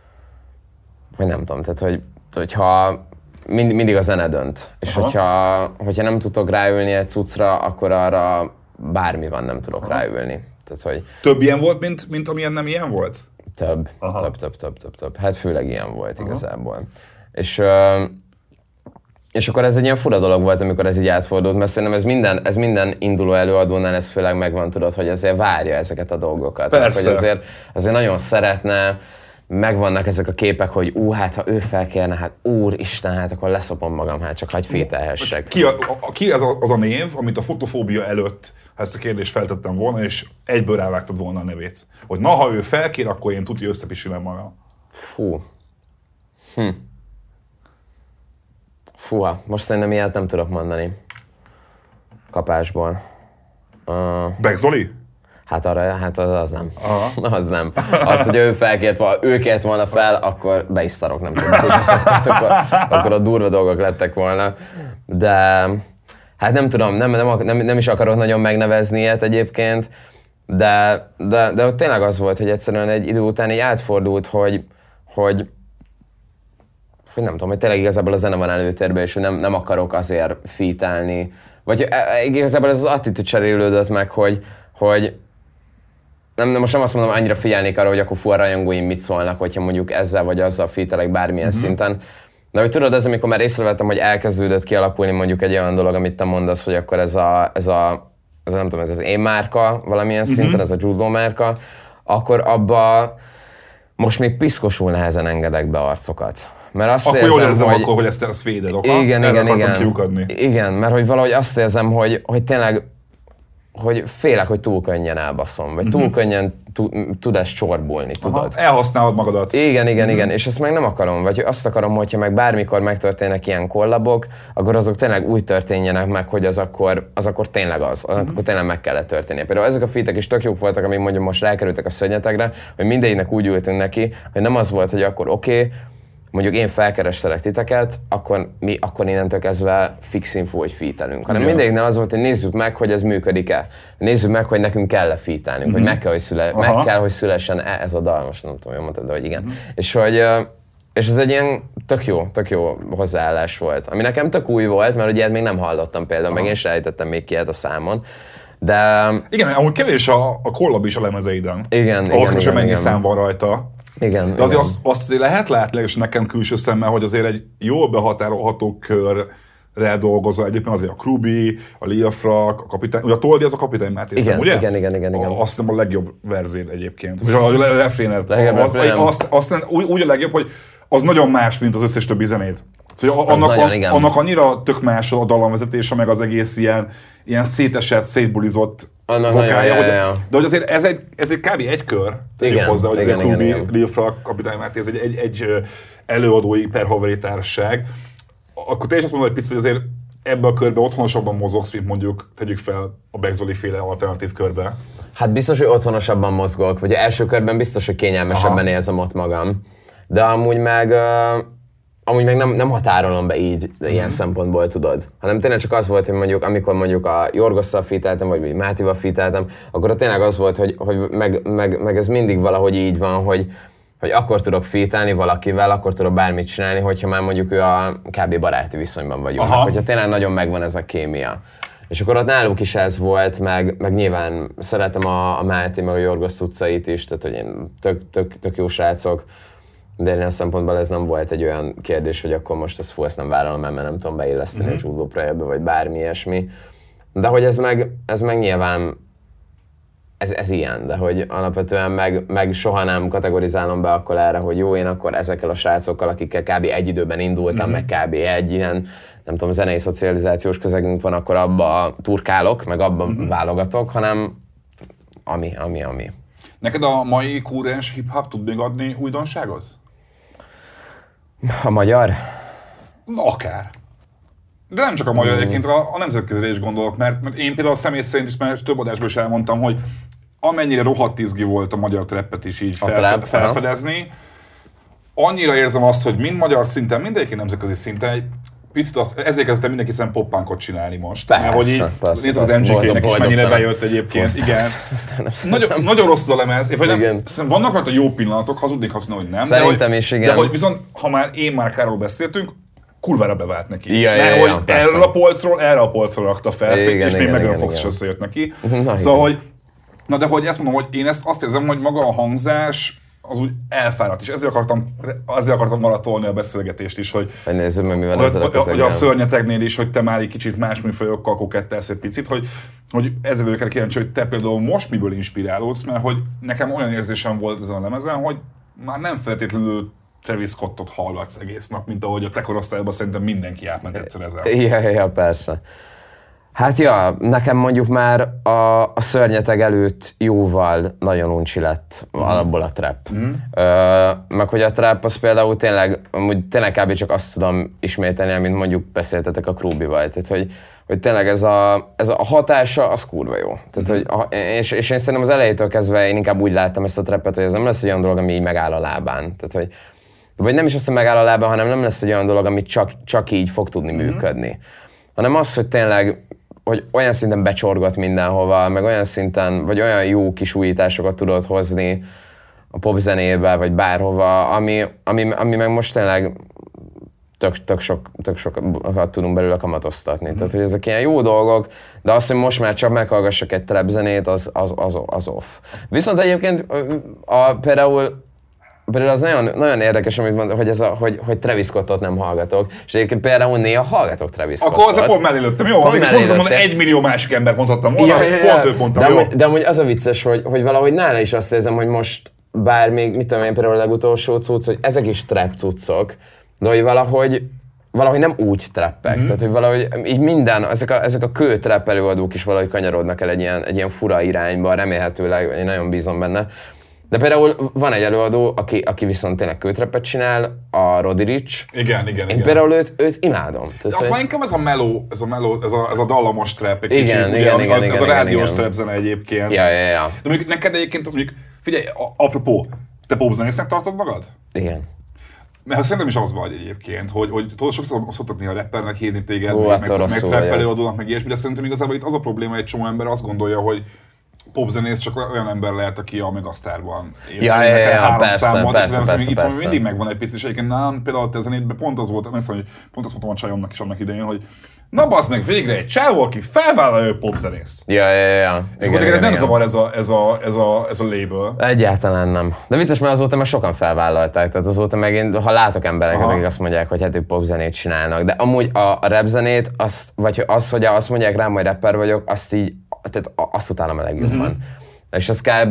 hogy nem tudom, tehát hogy hogyha mind, mindig a zene dönt, és hogyha, hogyha nem tudok ráülni egy cuccra, akkor arra bármi van, nem tudok Aha. ráülni. Tehát, hogy több ilyen volt, mint, mint amilyen nem ilyen volt? Több, több, több, több, több, több. Hát főleg ilyen volt Aha. igazából. És, és akkor ez egy ilyen fura dolog volt, amikor ez így átfordult, mert szerintem ez minden, ez minden induló előadónál ez főleg megvan, tudod, hogy ezért várja ezeket a dolgokat. Persze. Hogy azért, azért nagyon szeretne, megvannak ezek a képek, hogy ú, hát ha ő felkérne, hát úristen, hát akkor leszopom magam, hát csak hagyj fételhessek. Ki, a, a, ki az, a, az a név, amit a fotofóbia előtt, ha ezt a kérdést feltettem volna, és egyből rávágtad volna a nevét? Hogy na, ha ő felkér, akkor én tuti összepisülem magam. Fú. Hm. Fúha, most szerintem ilyet nem tudok mondani. Kapásból. Uh... Beck Zoli? Hát arra, hát az, az nem. Aha. Az nem. Az, hogy ő felkért volna, ő kért volna fel, akkor be is szarok, nem tudom, hogy szoktat, akkor, akkor a durva dolgok lettek volna. De hát nem tudom, nem, nem, nem, nem is akarok nagyon megnevezni ilyet egyébként, de, de, de ott tényleg az volt, hogy egyszerűen egy idő után így átfordult, hogy, hogy, hogy nem tudom, hogy tényleg igazából a zene van előtérben, és nem, nem akarok azért featelni. Vagy igazából ez az attitűd cserélődött meg, hogy, hogy Nem, most nem azt mondom, annyira figyelnék arra, hogy akkor fú, a rajongóim mit szólnak, hogyha mondjuk ezzel vagy azzal featelek bármilyen uh-huh. szinten. De hogy tudod, ez amikor már észrevettem, hogy elkezdődött kialakulni mondjuk egy olyan dolog, amit te mondasz, hogy akkor ez a, ez a, ez a nem tudom, ez az én márka valamilyen uh-huh. szinten, ez a Jude Law márka, akkor abba most még piszkosul nehezen engedek be arcokat. Mert azt akkor érzem, jól érzem hogy... akkor, hogy ezt, ezt véded, oka? Igen, igen, igen. Kiukadni. Igen, mert hogy valahogy azt érzem, hogy, hogy tényleg hogy félek, hogy túl könnyen elbaszom, vagy túl könnyen tud ez csorbulni, tudod? Aha, elhasználod magadat. Igen, igen, igen, és ezt meg nem akarom, vagy azt akarom, hogyha meg bármikor megtörténnek ilyen kollabok, akkor azok tényleg úgy történjenek meg, hogy az akkor, az akkor tényleg az, az akkor tényleg meg kellett történnie. Például ezek a featek is tök jók voltak, amik mondjuk most rákerültek a szörnyetegre, hogy mindegyiknek úgy ültünk neki, hogy nem az volt, hogy akkor oké, okay, mondjuk én felkerestelek titeket, akkor mi akkor innentől kezdve fix info, hogy featelünk. Hanem mindegyiknél az volt, hogy nézzük meg, hogy ez működik-e. Nézzük meg, hogy nekünk kell-e featelnünk, uh-huh. hogy meg kell, hogy, szüle, meg kell, hogy szülessen -e ez a dal. Most nem tudom, jól mondtad, de hogy igen. Uh-huh. És hogy és ez egy ilyen tök jó, tök jó hozzáállás volt. Ami nekem tök új volt, mert ugye még nem hallottam például, uh-huh. meg én sem ejtettem még ki a számon. De... Igen, amúgy kevés a, a collab is a lemezeiden. Igen, ahol igen, igen, mennyi igen. szám van rajta. Igen, de azért igen. azt, azt azért lehet látni, és nekem külső szemmel, hogy azért egy jól behatárolható körre dolgozza egyébként azért a Krubi, a Liafrak, a kapitány, ugye a Toldi az a Kapitány Máté szem, ugye? Igen, igen, igen, igen. A, azt hiszem a legjobb verzén egyébként. Vagy a refrénet. Legjobb azt, azt úgy, úgy a legjobb, hogy az nagyon más, mint az összes többi zenét. Szóval annak, nagyon, a, annak annyira tök más a dallamvezetése, meg az egész ilyen, ilyen szétesett, szétbulizott vokája, hogy, de hogy azért ez egy, ez egy kb. Egy kör, igen, hozzá, hogy igen, ez a Krubi, Liafrak, Kapitány Máté, ez egy, egy, egy előadói perhoveri társaság. Akkor te is azt mondod, hogy picit, hogy azért ebben a körben otthonosabban mozogsz, mint mondjuk tegyük fel a Beck Zoli féle alternatív körbe. Hát biztos, hogy otthonosabban mozgok, vagy első körben biztos, hogy kényelmesebben Aha. érzem ott magam. De amúgy meg, uh, amúgy meg nem, nem határolom be így mm. ilyen szempontból, tudod. Hanem tényleg csak az volt, hogy mondjuk amikor mondjuk a Jorgosszal feateltem, vagy Mátival feateltem, akkor ott tényleg az volt, hogy, hogy meg, meg, meg ez mindig valahogy így van, hogy hogy akkor tudok featelni valakivel, akkor tudok bármit csinálni, hogyha már mondjuk ő a kb. Baráti viszonyban vagyunk. Hogyha tényleg nagyon megvan ez a kémia. És akkor ott nálunk is ez volt, meg, meg nyilván szeretem a, a Máté, meg a Jorgosz utcait is, tehát hogy én tök, tök, tök jó srácok, de ilyen szempontból ez nem volt egy olyan kérdés, hogy akkor most ezt fú, ezt nem vállalom el, mert nem tudom beilleszteni mm-hmm. a Zsulló projektbe, vagy bármi ilyesmi. De hogy ez meg, ez meg nyilván Ez, ez ilyen, de hogy alapvetően meg, meg soha nem kategorizálom be akkor erre, hogy jó, én akkor ezekkel a srácokkal, akikkel kb. Egy időben indultam, mm-hmm. meg kb. Egy ilyen, nem tudom, zenei szocializációs közegünk van, akkor abba turkálok, meg abba mm-hmm. válogatok, hanem ami, ami, ami. Neked a mai kúrens hip-hop tud még adni újdonságot? A magyar? Akár. De nem csak a magyar, mm. egyébként a, a nemzetközi is gondolok, mert, mert én például személy szerint is, mert több adásból is elmondtam, hogy amennyire rohadt izgi volt a magyar trappet is így felfe- trap, felfedezni, annyira érzem azt, hogy mind magyar szinten, mind egyébként nemzetközi szinten egy picit azt, ezért kezdtem mindenki szerint poppunkot csinálni most. Persze, mert hogy így, persze, nézzük az em gé ké-nek is mennyire bejött egyébként, Posztás. igen. Nagyon, nagyon rossz az a lemez, vagy nem, vannak rajta jó pillanatok, hazudnék azt mondom, hogy nem. Szerintem de hogy, is, igen. De hogy viszont, ha már én Márkáról beszéltünk, kurvára bevált neki. Ja, mert ja, hogy ja, erről a polcról, erre a polcról rakta fel, igen, és igen, még Megan igen, Fox igen. is összejött neki. Na, szóval, hogy, na de hogy ezt mondom, hogy én ezt azt érzem, hogy maga a hangzás az úgy elfáradt, és ezért akartam, ezért akartam maratolni a beszélgetést is, hogy, hogy nézzük meg, mi van hogy, ezzel a hogy a szörnyetegnél is, hogy te már egy kicsit más műfajokkal kokettelsz egy picit, hogy, hogy ezzel vagyok kíváncsi, hogy te például most miből inspirálódsz, mert hogy nekem olyan érzésem volt ezen a lemezen, hogy már nem feltétlenül Travis Scottot hallatsz egész nap, mint ahogy a te korosztályban szerintem mindenki átment egyszer ezzel. Ja, ja, ja, persze. Hát ja, nekem mondjuk már a, a szörnyeteg előtt jóval nagyon uncsi lett mm. alapból a trap. Mm. Ö, meg hogy a trap az például tényleg, amúgy tényleg kb. Csak azt tudom ismételni, amit mondjuk beszéltetek a Krubival. Tehát, hogy, hogy tényleg ez a, ez a hatása, az kurva jó. Tehát, mm. hogy a, és, és én szerintem az elejétől kezdve én inkább úgy láttam ezt a trapet, hogy ez nem lesz egy olyan dolog, ami így megáll a lábán. Tehát, hogy, vagy nem is azt, hogy megáll a lábán, hanem nem lesz egy olyan dolog, ami csak, csak így fog tudni mm. működni. Hanem az, hogy tényleg hogy olyan szinten becsorgat mindenhova, meg olyan szinten, vagy olyan jó kis újításokat tudod hozni a popzenébe, vagy bárhova, ami, ami, ami meg most tényleg tök, tök, sok, tök sokat tudunk belőle kamatoztatni. Mm. Tehát, hogy ezek ilyen jó dolgok, de azt, hogy most már csak meghallgassak egy trap zenét, az, az, az, az off. Viszont egyébként a, például Például az nagyon, nagyon érdekes, amit mondta, hogy, ez a, hogy, hogy Travis Scottot nem hallgatok, és egyébként például néha hallgatok Travis Scottot. Akkor az a pont mellé lőttem, jó? Ha még mondhatom volna, egy millió másik ember mondhattam volna, ja, ja, ja. pont őt mondtam, de jó? Amúgy, de amúgy az a vicces, hogy, hogy valahogy nála is azt érzem, hogy most, bár még, mit tudom én, például a legutolsó cucc, hogy ezek is trap cuccok, de hogy valahogy, valahogy nem úgy trappek, Mm. tehát hogy valahogy így minden, ezek a, ezek a kő trap előadók is valahogy kanyarodnak el egy ilyen, egy ilyen fura irányba, remélhetőleg, én nagyon bízom benne. De például van egy előadó, aki, aki viszont tényleg kőtrappet csinál, a Roddy Ricch. Igen, igen, Én igen. például őt, őt imádom. De Tehát, az hogy... már inkább ez a meló, ez a, meló, ez a, ez a dallamos trap egy Igen, kicsit, igen, ugye, igen, az, igen, az igen, a rádiós igen. trap zene egyébként. Ja, ja, ja. De mondjuk neked egyébként, mondjuk, figyelj, a- apropó, te popzenésznek tartod magad? Igen. Mert szerintem is az vagy egyébként, hogy, hogy tudod, sokszor szoktak néha rappernek hívni téged, Hú, meg, attól meg, meg rosszul trap vagyok. előadónak, meg ilyesmi, de szerintem igazából itt az a probléma, egy csomó ember azt gondolja, hogy popzenész csak olyan ember lehet, aki a Megasztárban él. Ja, ja, ja, három persze, számot, persze, és szerintem persze, itt persze. mindig megvan egy picit, és egyébként nálam például a zenétben pont az volt, nem hiszem, hogy pont azt mondtam a csajomnak is annak idején, hogy na bazd meg, végre egy csávó, aki felvállalja, hogy popzenész. Ja, ja, ja. És akkor ez nem zavar ez a, ez a, ez a, ez a label. Egyáltalán nem. De vicces, mert azóta már sokan felvállalták, tehát azóta meg én, ha látok embereket, Aha. akik azt mondják, hogy hát ők popzenét csinálnak, de amúgy a, a rapzenét, azt, vagy az, hogy azt mondják rám, hogy rapper vagyok, azt így, tehát azt utálom a legjobban. Uh-huh. És az kb.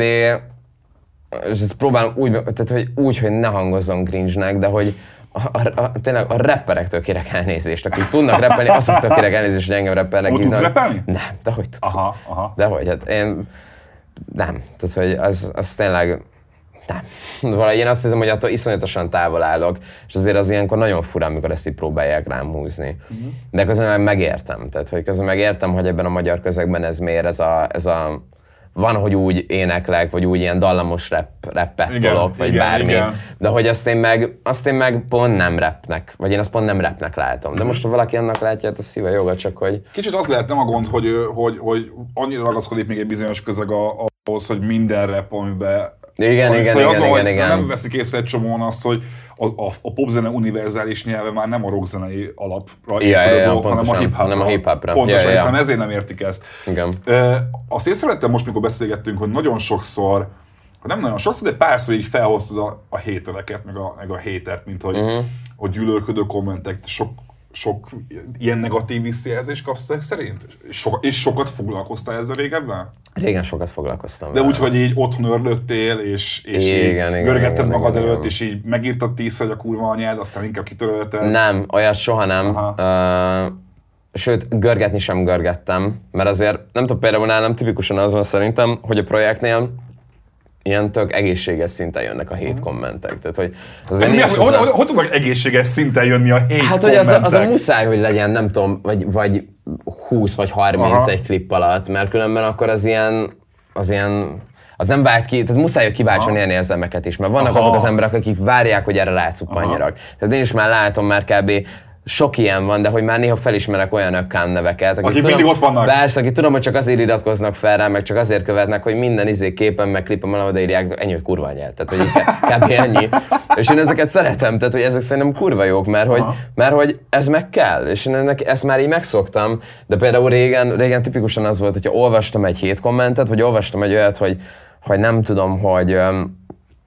És ezt próbálom úgy, tehát hogy úgy, hogy ne hangozzon cringe-nek, de hogy a, a, a, tényleg a rapperektől kérek elnézést, akik tudnak rappelni, azoktól kérek elnézést, hogy engem rappernek Ó, tudsz rappelni? Nem, de hogy tudom. Aha, aha. De hogy, hát én nem, tehát hogy az, az tényleg nem. Valahogy én azt hiszem, hogy attól iszonyatosan távol állok, és azért az ilyenkor nagyon fura, amikor ezt így próbálják rám húzni. Uh-huh. De közben meg megértem, tehát hogy közben megértem, hogy ebben a magyar közegben ez miért, ez a, ez a van, hogy úgy éneklek, vagy úgy ilyen dallamos rap, rappet Igen, tolok, vagy igen, bármi, igen. de hogy azt én, meg, azt én meg pont nem rapnek, vagy én azt pont nem rapnek látom. De most, ha valaki annak látja, hát az szíve joga, csak hogy... Kicsit az lehet nem a gond, hogy, hogy, hogy annyira ragaszkodik még egy bizonyos közeg a- ahhoz, hogy minden rap, amiben... Igen, amit, igen, hogy igen, az van, igen, hogy igen. Nem veszik észre egy csomóan azt, hogy a, a, a popzene univerzális nyelve már nem a rockzenei alapra Ja, ja, épülő ja, dolog, hanem a pontosan, hip-hopra. hanem a hip-hopra. Pontosan, Ja, ja, ja. hiszen ezért nem értik ezt. Igen. Ö, azt észrevettem most, mikor beszélgettünk, hogy nagyon sokszor, nem nagyon sokszor, de párszor így felhoztad a, a hétereket, meg a, meg a hétert, mint hogy, uh-huh. hogy gyűlölködő kommentek, sok, sok ilyen negatív visszajelzést kapsz szerint? És, so, és sokat foglalkoztál ezzel régebben? Régen sokat foglalkoztam De vele. úgy, hogy így otthon örlöttél, és, és Igen, így igen, görgetted igen, magad igen, előtt, igen. és így megírtad tízszer, hogy a kurva anyád, aztán inkább kitörölted. Nem, olyat soha nem. Uh, sőt, görgetni sem görgettem, mert azért, nem tudom, például nálam tipikusan az van szerintem, hogy a projektnél ilyen tök egészséges szinten jönnek a hét kommentek. Tehát, hogy azért Mi nincs az, hogy, hozzá- hogy, hogy tudnak egészséges szinten jönni a hét Hát, hogy az a, az a kommentek? muszáj, hogy legyen, nem tudom, vagy, vagy húsz vagy harminc Aha. egy klip alatt, mert különben akkor az ilyen, az ilyen, az nem vált ki, tehát muszáj, hogy kiváltson Aha. ilyen érzelmeket is, mert vannak Aha. azok az emberek, akik várják, hogy erre rácuppanjanak. Tehát én is már látom, már kb. Sok ilyen van, de hogy már néha felismerek olyan account neveket, akik, Akik tudom, mindig ott vannak. Persze, akik tudom, hogy csak azért iratkoznak fel rá, meg csak azért követnek, hogy minden izé képen, meg klipem alá odaírják, ennyi, hogy kurva anyád. Tehát, hogy így kb. Ennyi. És én ezeket szeretem, tehát, hogy ezek szerintem kurva jók, mert hogy, mert hogy ez meg kell, és én ennek, ezt már így megszoktam, de például régen, régen tipikusan az volt, hogyha olvastam egy hét kommentet, vagy olvastam egy olyat, hogy, hogy nem tudom, hogy, öm,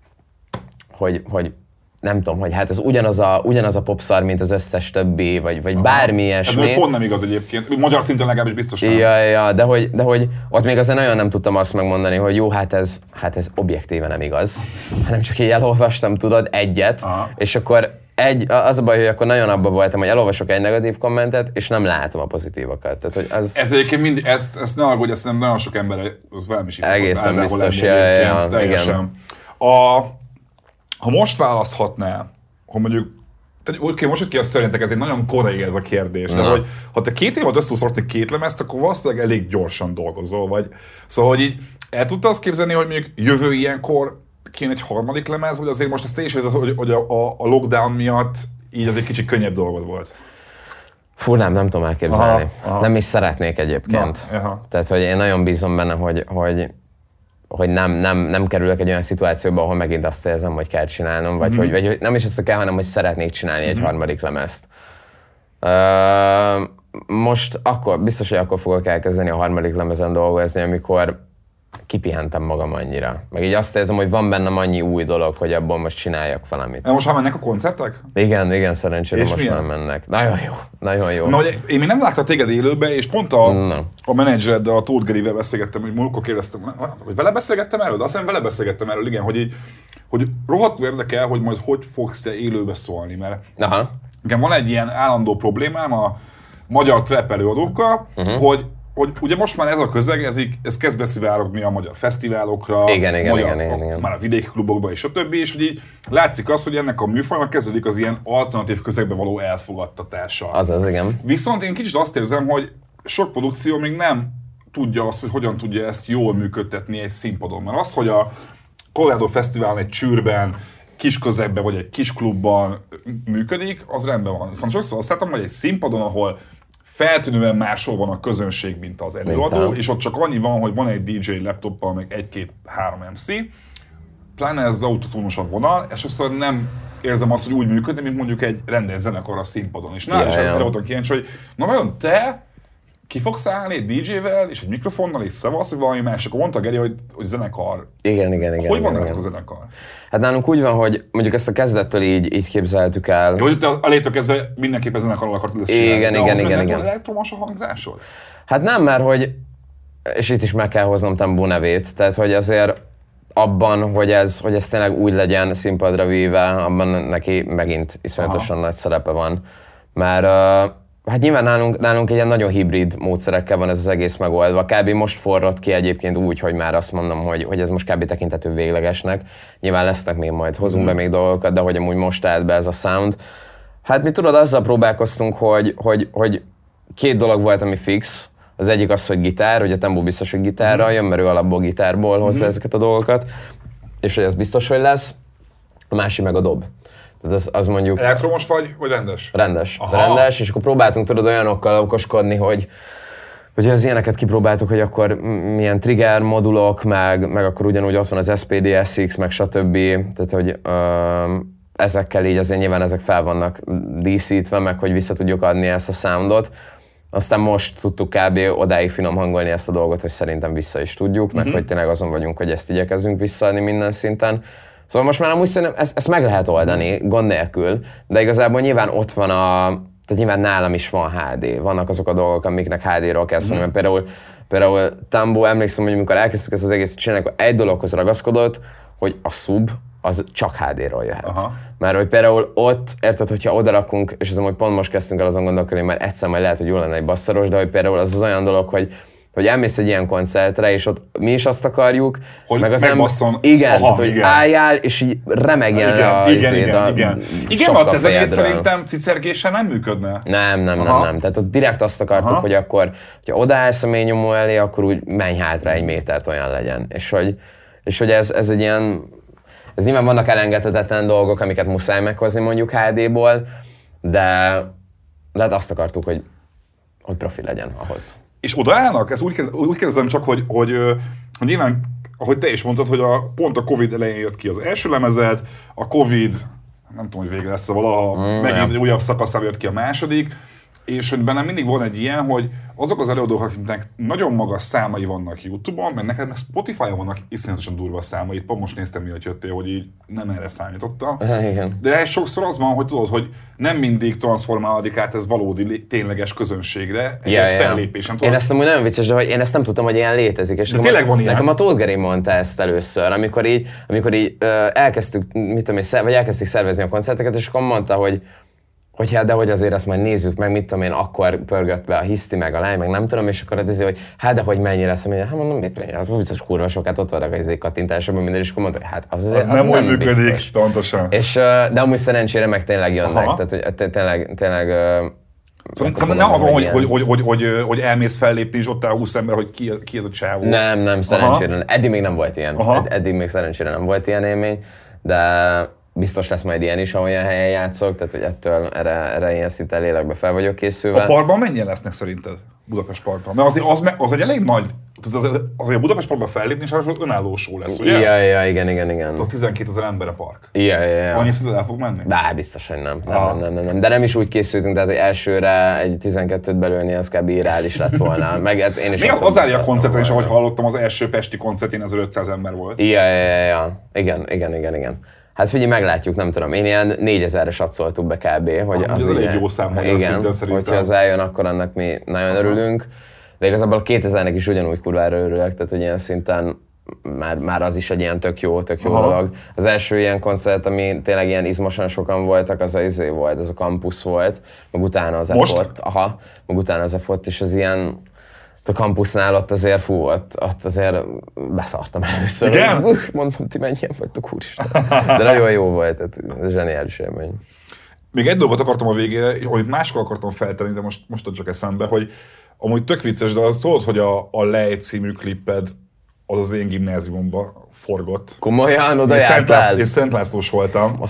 hogy, hogy nem tudom, hogy hát ez ugyanaz a, ugyanaz a popszar, mint az összes többi, vagy, vagy bármi ilyesmi. Ez pont nem igaz egyébként. Magyar szinten legalábbis biztos nem. Ja, ja, de hogy, de hogy ott még azért nagyon nem tudtam azt megmondani, hogy jó, hát ez, hát ez objektíve nem igaz, hanem csak így elolvastam, tudod, egyet, Aha. és akkor egy, az a baj, hogy akkor nagyon abban voltam, hogy elolvasok egy negatív kommentet, és nem látom a pozitívakat. Tehát, hogy az... Ez egyébként mindig, ezt, ezt ne aggódj, ezt nem nagyon sok ember, az velem is így szokott Egészen általában biztos, lenni ja, ja, egyébként, ja, teljesen. igen. A, ha most választhatnál, ha mondjuk, tehát oké, most hogy ki azt szerintek, ez egy nagyon korai ez a kérdés, de Na. hogy ha te két év alatt össze tudsz rakni két lemezt, akkor valószínűleg elég gyorsan dolgozol, vagy szóval, hogy így el tudta azt képzelni, hogy mondjuk jövő ilyenkor kéne egy harmadik lemez, vagy azért most ezt te is érzed, hogy, hogy a, a, a lockdown miatt így az egy kicsit könnyebb dolgod volt? Fú, nem, nem tudom elképzelni. Aha, aha. Nem is szeretnék egyébként. Na, aha. Tehát, hogy én nagyon bízom benne, hogy, hogy, hogy nem, nem, nem kerülök egy olyan szituációba, ahol megint azt érzem, hogy kell csinálnom, vagy, Mhm. hogy, vagy hogy nem is azt kell, hanem hogy szeretnék csinálni egy harmadik lemezt. Uh, most akkor, biztos, hogy akkor fogok elkezdeni a harmadik lemezen dolgozni, amikor kipihentem magam annyira. Meg így azt érzem, hogy van bennem annyi új dolog, hogy abból most csináljak valamit. De most már mennek a koncertek? Igen, igen, szerencsére És most milyen? már mennek. Nagyon jó, nagyon jó. Na, hogy én még nem láttam téged élőbe, és pont a, Na. a menedzsereddel, a Tóth Gerivel beszélgettem, hogy múltkor kérdeztem, hogy vele beszélgettem erről, de azt hiszem vele beszélgettem erről, igen, hogy, így, hogy rohadtul érdekel, hogy majd hogy fogsz te élőbe szólni, mert Aha. Igen, van egy ilyen állandó problémám a magyar trap előadókkal, uh-huh. hogy, hogy ugye most már ez a közeg, ez, így, ez kezd beszivárogni a magyar fesztiválokra, igen, igen, magyar, igen, igen, igen. már a vidéki klubokban és a többi, és hogy így látszik az, hogy ennek a műfajnak kezdődik az ilyen alternatív közegbe való elfogadtatása. Azaz, igen. Viszont én kicsit azt érzem, hogy sok produkció még nem tudja azt, hogy hogyan tudja ezt jól működtetni egy színpadon. Mert az, hogy a Colorado Fesztiválon egy csűrben, kis közegben vagy egy kis klubban működik, az rendben van. Viszont sokszor azt látom, hogy egy színpadon, ahol feltűnően máshol van a közönség, mint az előadó, mint és ott csak annyi van, hogy van egy dé dzsé laptoppal, meg egy-két-három em cé, pláne ez az autotónus a vonal, és sokszor nem érzem azt, hogy úgy működni, mint mondjuk egy rendes zenekar a színpadon. És nálam is erre voltam kíváncsi, hogy na vajon te ki fogsz állni egy dé dzsével és egy mikrofonnal és szavasz, vagy valami más, akkor mondta Geri, hogy, hogy zenekar. Igen, igen, igen. Hogy igen, van igen. a zenekar? Hát nálunk úgy van, hogy mondjuk ezt a kezdettől így, így képzeltük el. Jó, hogy te a létől kezdve mindenképpen zenekarral akartad ezt csinálni. Igen, de igen, ahhoz igen, meg igen. elektromos a hangzásod? Hát nem, mert hogy, és itt is meg kell hoznom Tambó nevét, tehát hogy azért abban, hogy ez, hogy ez tényleg úgy legyen színpadra víve, abban neki megint iszonyatosan Aha. nagy szerepe van. Mert uh, hát nyilván nálunk, nálunk egy ilyen nagyon hibrid módszerekkel van ez az egész megoldva. Kb. Most forrott ki egyébként úgy, hogy már azt mondom, hogy, hogy ez most kb. Tekintető véglegesnek. Nyilván lesznek még majd, hozunk mm. be még dolgokat, de hogy amúgy most állt be ez a sound. Hát mi tudod, azzal próbálkoztunk, hogy, hogy, hogy két dolog volt, ami fix. Az egyik az, hogy gitár, ugye Tembo biztos, hogy gitárral jön, mert ő alapból gitárból hozza mm. ezeket a dolgokat, és hogy az biztos, hogy lesz. A másik meg a dob. Tehát az, az mondjuk... Elektromos vagy, vagy rendes? Rendes. Rendes, és akkor próbáltunk tudod olyanokkal okoskodni, hogy hogy az ilyeneket kipróbáltuk, hogy akkor milyen trigger modulok, meg, meg akkor ugyanúgy ott van az es pé dé es iksz, meg stb. Tehát, hogy ö, ezekkel így azért nyilván ezek fel vannak díszítve, meg hogy vissza tudjuk adni ezt a soundot. Aztán most tudtuk kb. Odáig finom hangolni ezt a dolgot, hogy szerintem vissza is tudjuk, meg uh-huh. hogy tényleg azon vagyunk, hogy ezt igyekezünk visszaadni minden szinten. Szóval most már amúgy szerintem ezt, ezt meg lehet oldani, gond nélkül, de igazából nyilván ott van a... Tehát nyilván nálam is van há dé, vannak azok a dolgok, amiknek há dé-ról kell szólni, mert például, például Tambo, emlékszem, hogy amikor elkezdtük ezt az egészet csinálni, akkor egy dologhoz ragaszkodott, hogy a sub az csak há dé-ról jöhet. Aha. Mert hogy például ott, érted, hogyha oda rakunk, és az amúgy pont most kezdtünk el azon gondolkodni, mert egyszer majd lehet, hogy jól lenne egy basszaros, de hogy például az az olyan dolog, hogy hogy elmész egy ilyen koncertre, és ott mi is azt akarjuk, hogy meg az megbasszon. Igen, Aha, tehát, hogy igen. álljál, és így remegjen igen, a, igen, izét, igen, a igen. Igen, mert te zenész szerintem cicergéssel nem működne. Nem, nem, nem, nem. Tehát ott direkt azt akartuk, Aha. hogy akkor, hogyha odaállsz a mélynyomó elé, akkor úgy menj hátra egy métert, olyan legyen. És hogy, és hogy ez, ez egy ilyen, ez nyilván vannak elengedhetetlen dolgok, amiket muszáj meghozni mondjuk há dé-ból, de, de hát azt akartuk, hogy, hogy profi legyen ahhoz. És odaállnak? Ezt úgy, úgy kérdezem csak, hogy, hogy, hogy nyilván, ahogy te is mondtad, hogy a, pont a Covid elején jött ki az első lemezed, a Covid, nem tudom, hogy vége lesz, valaha mm, megint ja. újabb szakaszában jött ki a második, és hogy bennem mindig van egy ilyen, hogy azok az előadók, akiknek nagyon magas számai vannak YouTube-on, mert neked Spotify-on vannak iszonyatosan durva számai, pont most néztem, miatt jöttél, hogy így nem erre számítottam. Igen. De sokszor az van, hogy tudod, hogy nem mindig transformálódik át ez valódi, tényleges közönségre, egy ja, fellépésen. Én ezt amúgy nagyon vicces, de hogy én ezt nem tudtam, hogy ilyen létezik. És de tényleg van ilyen. Nekem a Tóth Geri mondta ezt először, amikor így, amikor így uh, elkezdtük, mit tudom én, vagy elkezdtük szervezni a koncerteket, és akkor mondta, hogy hogy hát, de hogy azért azt majd nézzük meg, mit tudom én, akkor pörgött be a hiszti, meg a lány, meg nem tudom, és akkor azért, hogy hát, de hogy mennyi lesz, hát mondom, mit mennyire, az biztos kurva sokat, ott vannak az kattintásokban minden, és akkor mondta, hogy hát az, az, az, az nem úgy működik, pontosan. És, de amúgy szerencsére meg tényleg jönnek, Aha. tehát hogy tényleg, tényleg Szóval, szóval nem az, hogy, hogy, hogy, hogy, hogy, hogy elmész fellépni, és ott áll húsz ember, hogy ki, ki ez a csávó. Nem, nem, szerencsére nem. Eddig még nem volt ilyen. Ed, eddig még szerencsére nem volt ilyen élmény, de biztos lesz majd ilyen is, ahol helyen játszok, tehát hogy ettől erre, erre ilyen szinten lélekbe fel vagyok készülve. A parkban mennyien lesznek szerinted? Budapest parkban? Mert azért az, az egy elég nagy, az, az, azért a Budapest parkban fellépni, és az önálló show lesz, ugye? Ja, ja, igen, igen, igen. Az tizenkétezer ember a park. Ja, ja, ja. Annyi szinten el fog menni? Bár biztos, hogy nem. Nem, nem, nem, nem. De nem is úgy készültünk, tehát hogy elsőre egy tizenkettőt belőni, az kb. Irreális lett volna. Meg hát én is még az Ária koncerten is, ahogy hallottam, az első pesti koncertén ezerötszáz ember volt. Ja, ja, ja, ja. Igen, igen, igen, igen. Hát figyelj, meglátjuk, nem tudom, én ilyen négyezerre satszoltuk be kb. Hogy ah, az ez elég jó szám, igen, szinten szerintem. Hogyha az eljön, akkor annak mi nagyon Aha. örülünk. De igazából a kétezernek is ugyanúgy kurvára örülök, tehát hogy ilyen szinten már, már az is egy ilyen tök jó, tök jó dolog. Az első ilyen koncert, ami tényleg ilyen izmosan sokan voltak, az a izé volt, az a Campus volt, meg utána az Effort, aha, meg utána az Effort, és az ilyen a Campusnál ott azért fú, ott, ott azért beszartam először. Igen? Hogy, mondtam, ti mennyien vagytok, úristen. De nagyon jó volt, tehát zseniális élmény. Még egy dolgot akartam a végére, amit máskor akartam feltenni, de most, most csak eszembe, hogy amúgy tök vicces, de az tudod, hogy a, a Lej című klipped az az én gimnáziumomban forgott. Komolyan oda jártál? Én Szent Lászlós voltam.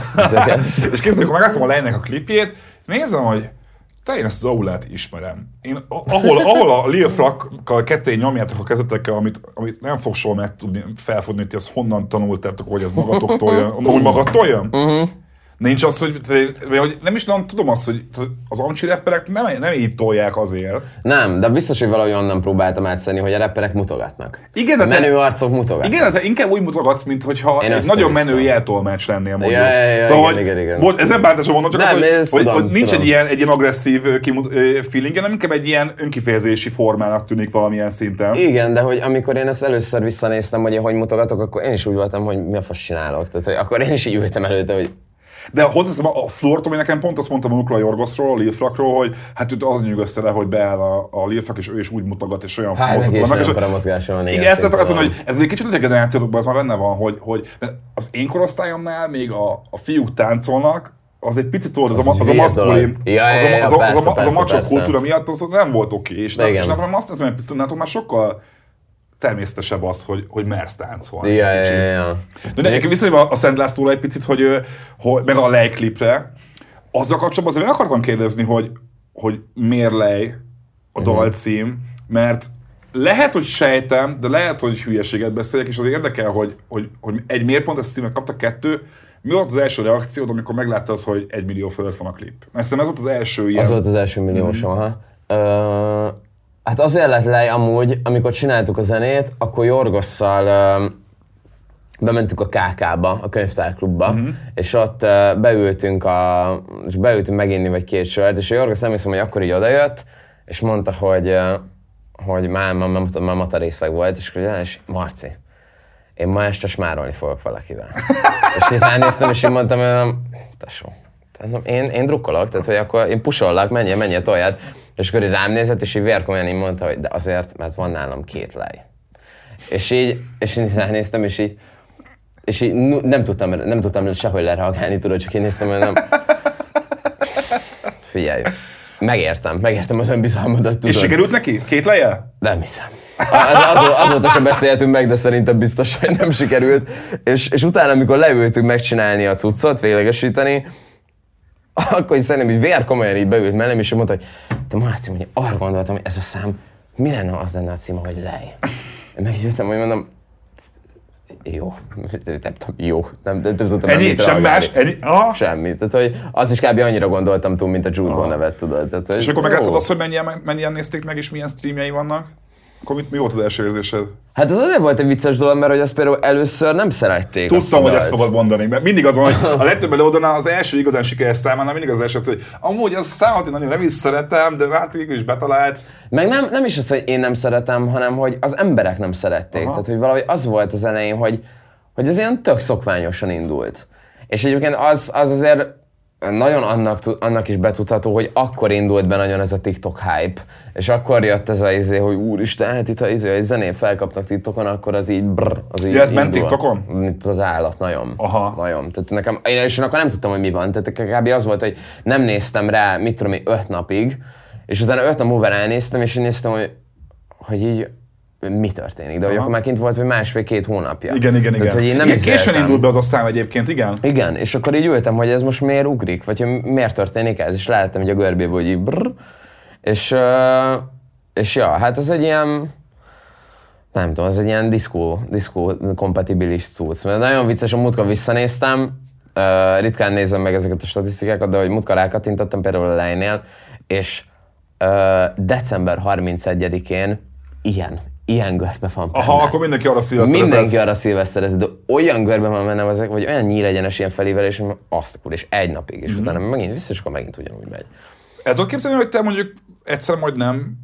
És képzeld, amikor megláttam a Lejnek a klipjét, nézem, hogy te én ezt az aulát ismerem. Én, ahol, ahol a Lil Frakkal ketté nyomjátok a kezetekkel, amit, amit nem fog soha meg tudni felfogni, hogy ezt honnan tanultátok, hogy ez magatoktól jön. Hogy magattól jön? Uh-huh. Nincs az, hogy, hogy nem is nem tudom azt, hogy az amcsi rapperek nem, nem így tolják azért. Nem, de biztos, hogy valahogy onnan próbáltam átszedni, hogy a rapperek mutogatnak. Igen, a menő te, arcok mutogatnak. Igen, de te inkább úgy mutogatsz, mint hogyha egy nagyon menő jeltolmács lennél mondjuk. Ja, ja, ja, szóval, igen, igen, igen. Bocs, ez nem bántásom mondom, csak nem, az, hogy, tudom, hogy nincs tudom. egy ilyen, egy ilyen agresszív feeling, hanem inkább egy ilyen önkifejezési formának tűnik valamilyen szinten. Igen, de hogy amikor én ezt először visszanéztem, hogy hogy mutogatok, akkor én is úgy voltam, hogy mi a fasz csinálok. Tehát, hogy akkor én is így ültem előtte, hogy de hozzáteszem, a Flort, ami nekem pont azt mondtam a Nukla Jorgoszról, a Lil Flakról, hogy hát őt az nyugodsz le, hogy beáll a, a Lil Flak, és ő is úgy mutogat, és olyan hát, mozgató vannak. Hát, és mozgása van. Igen, ezt akartam, hogy ez egy kicsit a generációkban az már benne van, hogy, hogy az én korosztályomnál még a, a fiúk táncolnak, az egy picit volt, az, az, a, az a maszkulin, ja, az, ja, ja, az, persze, az, a, az persze, a macsok persze. kultúra miatt az nem volt oké. Okay. És nem, és nem azt hiszem, hogy picit már sokkal természetesebb az, hogy, hogy mersz táncolni. Ja, ja, ja, ja. De nekem visszajövő a Szent Lászlóra egy picit, hogy, hogy meg a Lej klipre, azzal kapcsolatban azért akartam kérdezni, hogy, hogy miért Lej a dalcím, mert lehet, hogy sejtem, de lehet, hogy hülyeséget beszélek, és az érdekel, hogy, hogy, hogy egy miért pont ezt címet kaptak kettő. Mi volt az első reakciód, amikor megláttad, hogy egy millió fölött van a klip? Ezt nem ez volt az első ilyen... Az volt az első milliósom, mm-hmm. aha. Uh... Hát azért lett Lej amúgy, amikor csináltuk a zenét, akkor Jorgosszal uh, bementünk a ká ká-ba, a könyvtárklubba, uh-huh. és ott uh, beültünk, a, és beültünk meginni vagy két sört, és a Jorgosz nem hiszem, hogy akkor így odajött, és mondta, hogy, uh, hogy már, már, már, már matarészeg volt, és hogy és Marci, én ma este smárolni fogok valakivel. És én ránéztem, és én mondtam, hogy tesó, én, én drukkolok, tehát hogy akkor én pusollak, menjél, menjél, tolját. És akkor így rám nézett, és így vérkomolyan így mondta, hogy de azért, mert van nálam két Lej. És így, és én ránéztem, és így, és így nem tudtam, nem tudtam sehogy lereagálni, tudod, csak én néztem, hogy nem... Figyelj, megértem, megértem az önbizalmadat, tudod. És sikerült neki? Két Lejjel? Nem hiszem. Az, az, azóta sem beszéltünk meg, de szerintem biztos, hogy nem sikerült. És, és utána, amikor leültünk megcsinálni a cuccot, véglegesíteni, akkor is szerintem így vérkomolyan így beült mellém, és mondta, hogy de Marci, mondja, arra gondoltam, hogy ez a szám, mi lenne, az lenne a címe, hogy Lej. Én meg így jöttem, hogy mondom, jó, nem tudom, jó, nem, nem, nem tudtam ennyi, sem más, ennyi, aha. Semmi. Tehát, hogy az is kb. Annyira gondoltam túl, mint a Jude Bond nevet, tudod. Tehát, hogy és akkor megálltad azt, hogy mennyien, mennyien nézték meg, és milyen streamjei vannak? Akkor mit, mi volt az első érzésed? Hát az azért volt egy vicces dolog, mert hogy azt például először nem szerették. Tudtam, hogy ezt fogod mondani, mert mindig az van, hogy a legtöbb előadónál az első igazán sikeres számánál mindig az első, hogy amúgy az számot én nagyon nem is szeretem, de hát végül is betalálsz. Meg nem, nem is az, hogy én nem szeretem, hanem hogy az emberek nem szerették. Aha. Tehát, hogy valahogy az volt az elején, hogy, hogy ez ilyen tök szokványosan indult. És egyébként az, az azért nagyon annak, annak is betudható, hogy akkor indult be nagyon ez a TikTok hype, és akkor jött ez a izé, hogy úristen, hát itt ha izé, egy zenét felkapnak TikTokon, akkor az így brr, az így de ez indul. ment TikTokon? Mint az állat, nagyon. Aha. Nagyon. Tehát nekem, én és akkor nem tudtam, hogy mi van, tehát kb. Az volt, hogy nem néztem rá, mit tudom én, öt napig, és utána öt nap múlva ránéztem, és én néztem, hogy, hogy így mi történik, de hogy akkor már kint volt, hogy másfél-két hónapja. Igen, igen, tehát, igen. Hogy én nem igen későn indult be az a szám egyébként, igen. Igen, és akkor így ültem, hogy ez most miért ugrik, vagy hogy miért történik ez, és láttam hogy a görbéből, hogy így brrr, és, és ja, hát az egy ilyen, nem tudom, az egy ilyen diszkó, diszkó kompatibilis cucc. Mert nagyon vicces, a múltkor visszanéztem, ritkán nézem meg ezeket a statisztikákat, de hogy múltkor rákattintottam például a Lejnél, és december harmincegyedikén ilyen, ilyen görbe van benne. Aha, akkor mindenki arra szilveszterez. Mindenki arra szilveszterez, de olyan görbe van benne, ezek, vagy olyan nyílegyenes ilyen felívelés, hogy azt akkor és egy napig, és mm-hmm. utána megint vissza, és akkor megint ugyanúgy megy. El tudod képzelni, hogy te mondjuk egyszer majd nem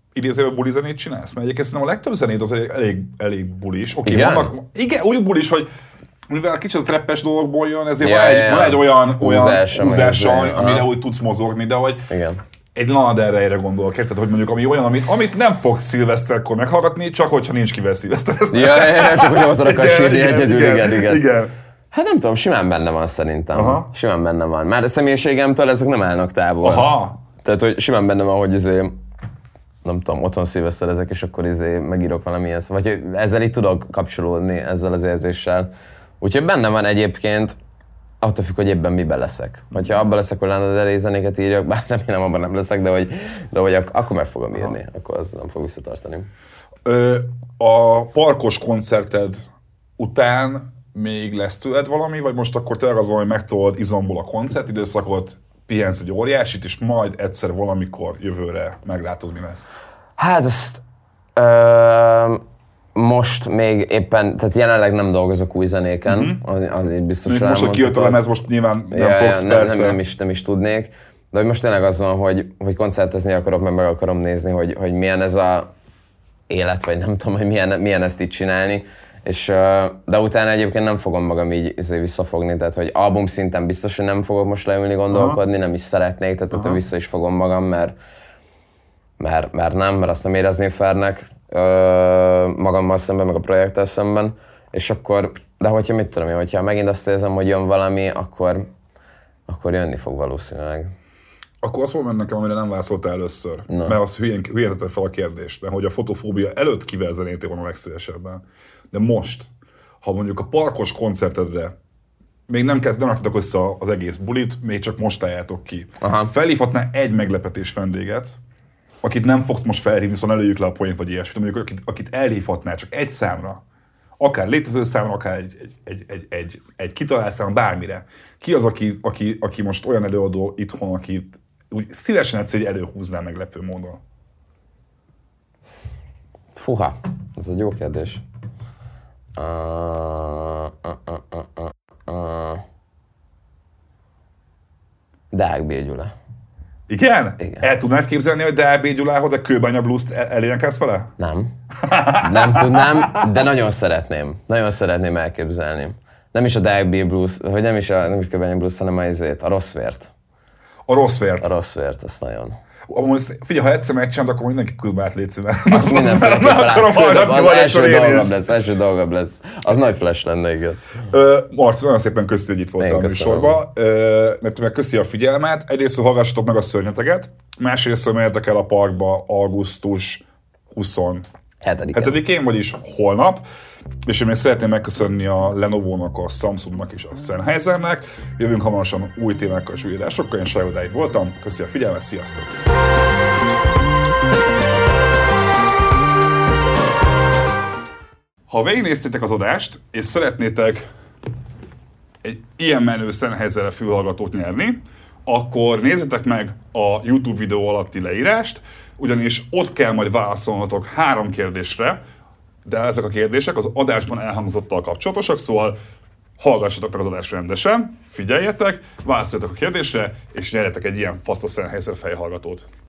idézőben buli zenét csinálsz? Mert egyébként szerintem a legtöbb zenét az elég, elég bulis. Oké, Igen? vannak, igen, úgy bulis, hogy mivel kicsit a treppes dolgokból jön, ezért Ja, van, egy, ja, van egy olyan, olyan húzása, húzása, meg ez, amire aha. úgy tudsz mozogni, de hogy Igen. egy Lana Del Reyre gondolok, érted, hogy mondjuk ami olyan, amit, amit nem fogsz szilveszterkor meghallgatni, csak hogyha nincs kivel szilveszterezni. Ja, ja, ja, csak hogy hozzá akarsz sírni egyedül, igen, igen. igen. Hát nem tudom, simán benne van szerintem. Aha. Simán benne van. Már a személyiségemtől ezek nem állnak távol. Aha. Tehát, hogy simán benne van, hogy izé, nem tudom, otthon szilveszterezek, és akkor izé megírok valamilyen szó. Vagy hogy ezzel így tudok kapcsolódni, ezzel az érzéssel. Úgyhogy benne van egyébként, attól függ, hogy éppen miben leszek. Hogyha abban leszek, hogy Lana Del Rey zenéket írjak, bár remélem abban nem leszek, de hogy, de hogy ak- akkor meg fogom írni, aha. Akkor az nem fog visszatartani. Ö, a parkos koncerted után még lesz tőled valami, vagy most akkor tényleg az van, hogy megtolod izomból a koncertidőszakot, pihensz egy óriásit, és majd egyszer valamikor jövőre meglátod, mi lesz? Hát ezt ö, most még éppen, tehát jelenleg nem dolgozok új zenéken, uh-huh. az, az így biztos még most, hogy kijött a lemez, most nyilván nem ja, fogsz, ja, persze. nem, nem, nem, is, nem is tudnék, de hogy most tényleg az van, hogy, hogy koncertezni akarok, meg meg akarom nézni, hogy, hogy milyen ez a élet, vagy nem tudom, hogy milyen, milyen ezt így csinálni. És, de utána egyébként nem fogom magam így visszafogni, tehát hogy album szinten biztos, hogy nem fogok most leülni gondolkodni, aha. Nem is szeretnék, tehát aha. Vissza is fogom magam, mert, mert, mert nem, mert azt nem érezném fairnek magammal szemben, meg a projekttel szemben. És akkor, de hogyha mit tudom én, hogyha megint azt érzem, hogy jön valami, akkor, akkor jönni fog valószínűleg. Akkor azt mondom nekem, amire nem válaszoltál először, no. Mert az hülyén, hülyén tette fel a kérdést, mert hogy a fotofóbia előtt kivel zenétél van a legszélesebben. De most, ha mondjuk a parkos koncertedre még nem kezd, nem raktatok össze az egész bulit, még csak most álljátok ki. Aha. Felhívhatnál egy meglepetés vendéget, akit nem fogsz most felhívni, szóval ne lőjük le a poént vagy ilyesmit, mondjuk akit, akit elhívhatnál csak egy számra, akár létező számra, akár egy, egy, egy, egy, egy, egy kitalált számra, bármire. Ki az, aki, aki, aki most olyan előadó itthon, akit úgy szívesen egyszer előhúznál meglepő módon? Fuha, ez egy jó kérdés. Uh, uh, uh, uh, uh, uh. Deák B. Gyula. Igen? Igen? El tudnád képzelni, hogy Deák B. Gyulához a Kőbánya Blues-t elénekelsz vele? Nem. Nem tudnám, de nagyon szeretném. Nagyon szeretném elképzelni. Nem is a Deák B. Blues, vagy nem is a, nem is a Kőbánya Blues, hanem a, a Rossz Vért. A Rossz Vért? A Rossz Vért, azt nagyon. Amúgy, figyelj, ha egyszer megcsinálod, akkor mindenki küld át légy szíven. Azt mindenféleképpen átküldöm, az első dolgabb lesz, első dolgabb lesz. Az nagy flash lenne, igen. Marci, nagyon szépen köszi, hogy itt voltál a műsorban. Mert meg köszi a figyelmet. Egyrészt hallgassatok meg a Szörnyeteget, másrészt menjetek el a parkba augusztus huszonhetedikén, vagyis holnap. És én még szeretném megköszönni a Lenovo-nak, a Samsungnak és a Sennheisernek. Jövünk hamarosan új témákkal és új adásokkal. Én Sajodáig voltam. Köszi a figyelmet, sziasztok! Ha végignéztétek az adást, és szeretnétek egy ilyen menő Sennheiser fülhallgatót nyerni, akkor nézzetek meg a YouTube videó alatti leírást, ugyanis ott kell majd válaszolnotok három kérdésre, de ezek a kérdések az adásban elhangzottal kapcsolatosak, szóval hallgassatok meg az adást rendesen, figyeljetek, válaszoljatok a kérdésre, és nyerjetek egy ilyen faszta Sennheiser fejhallgatót.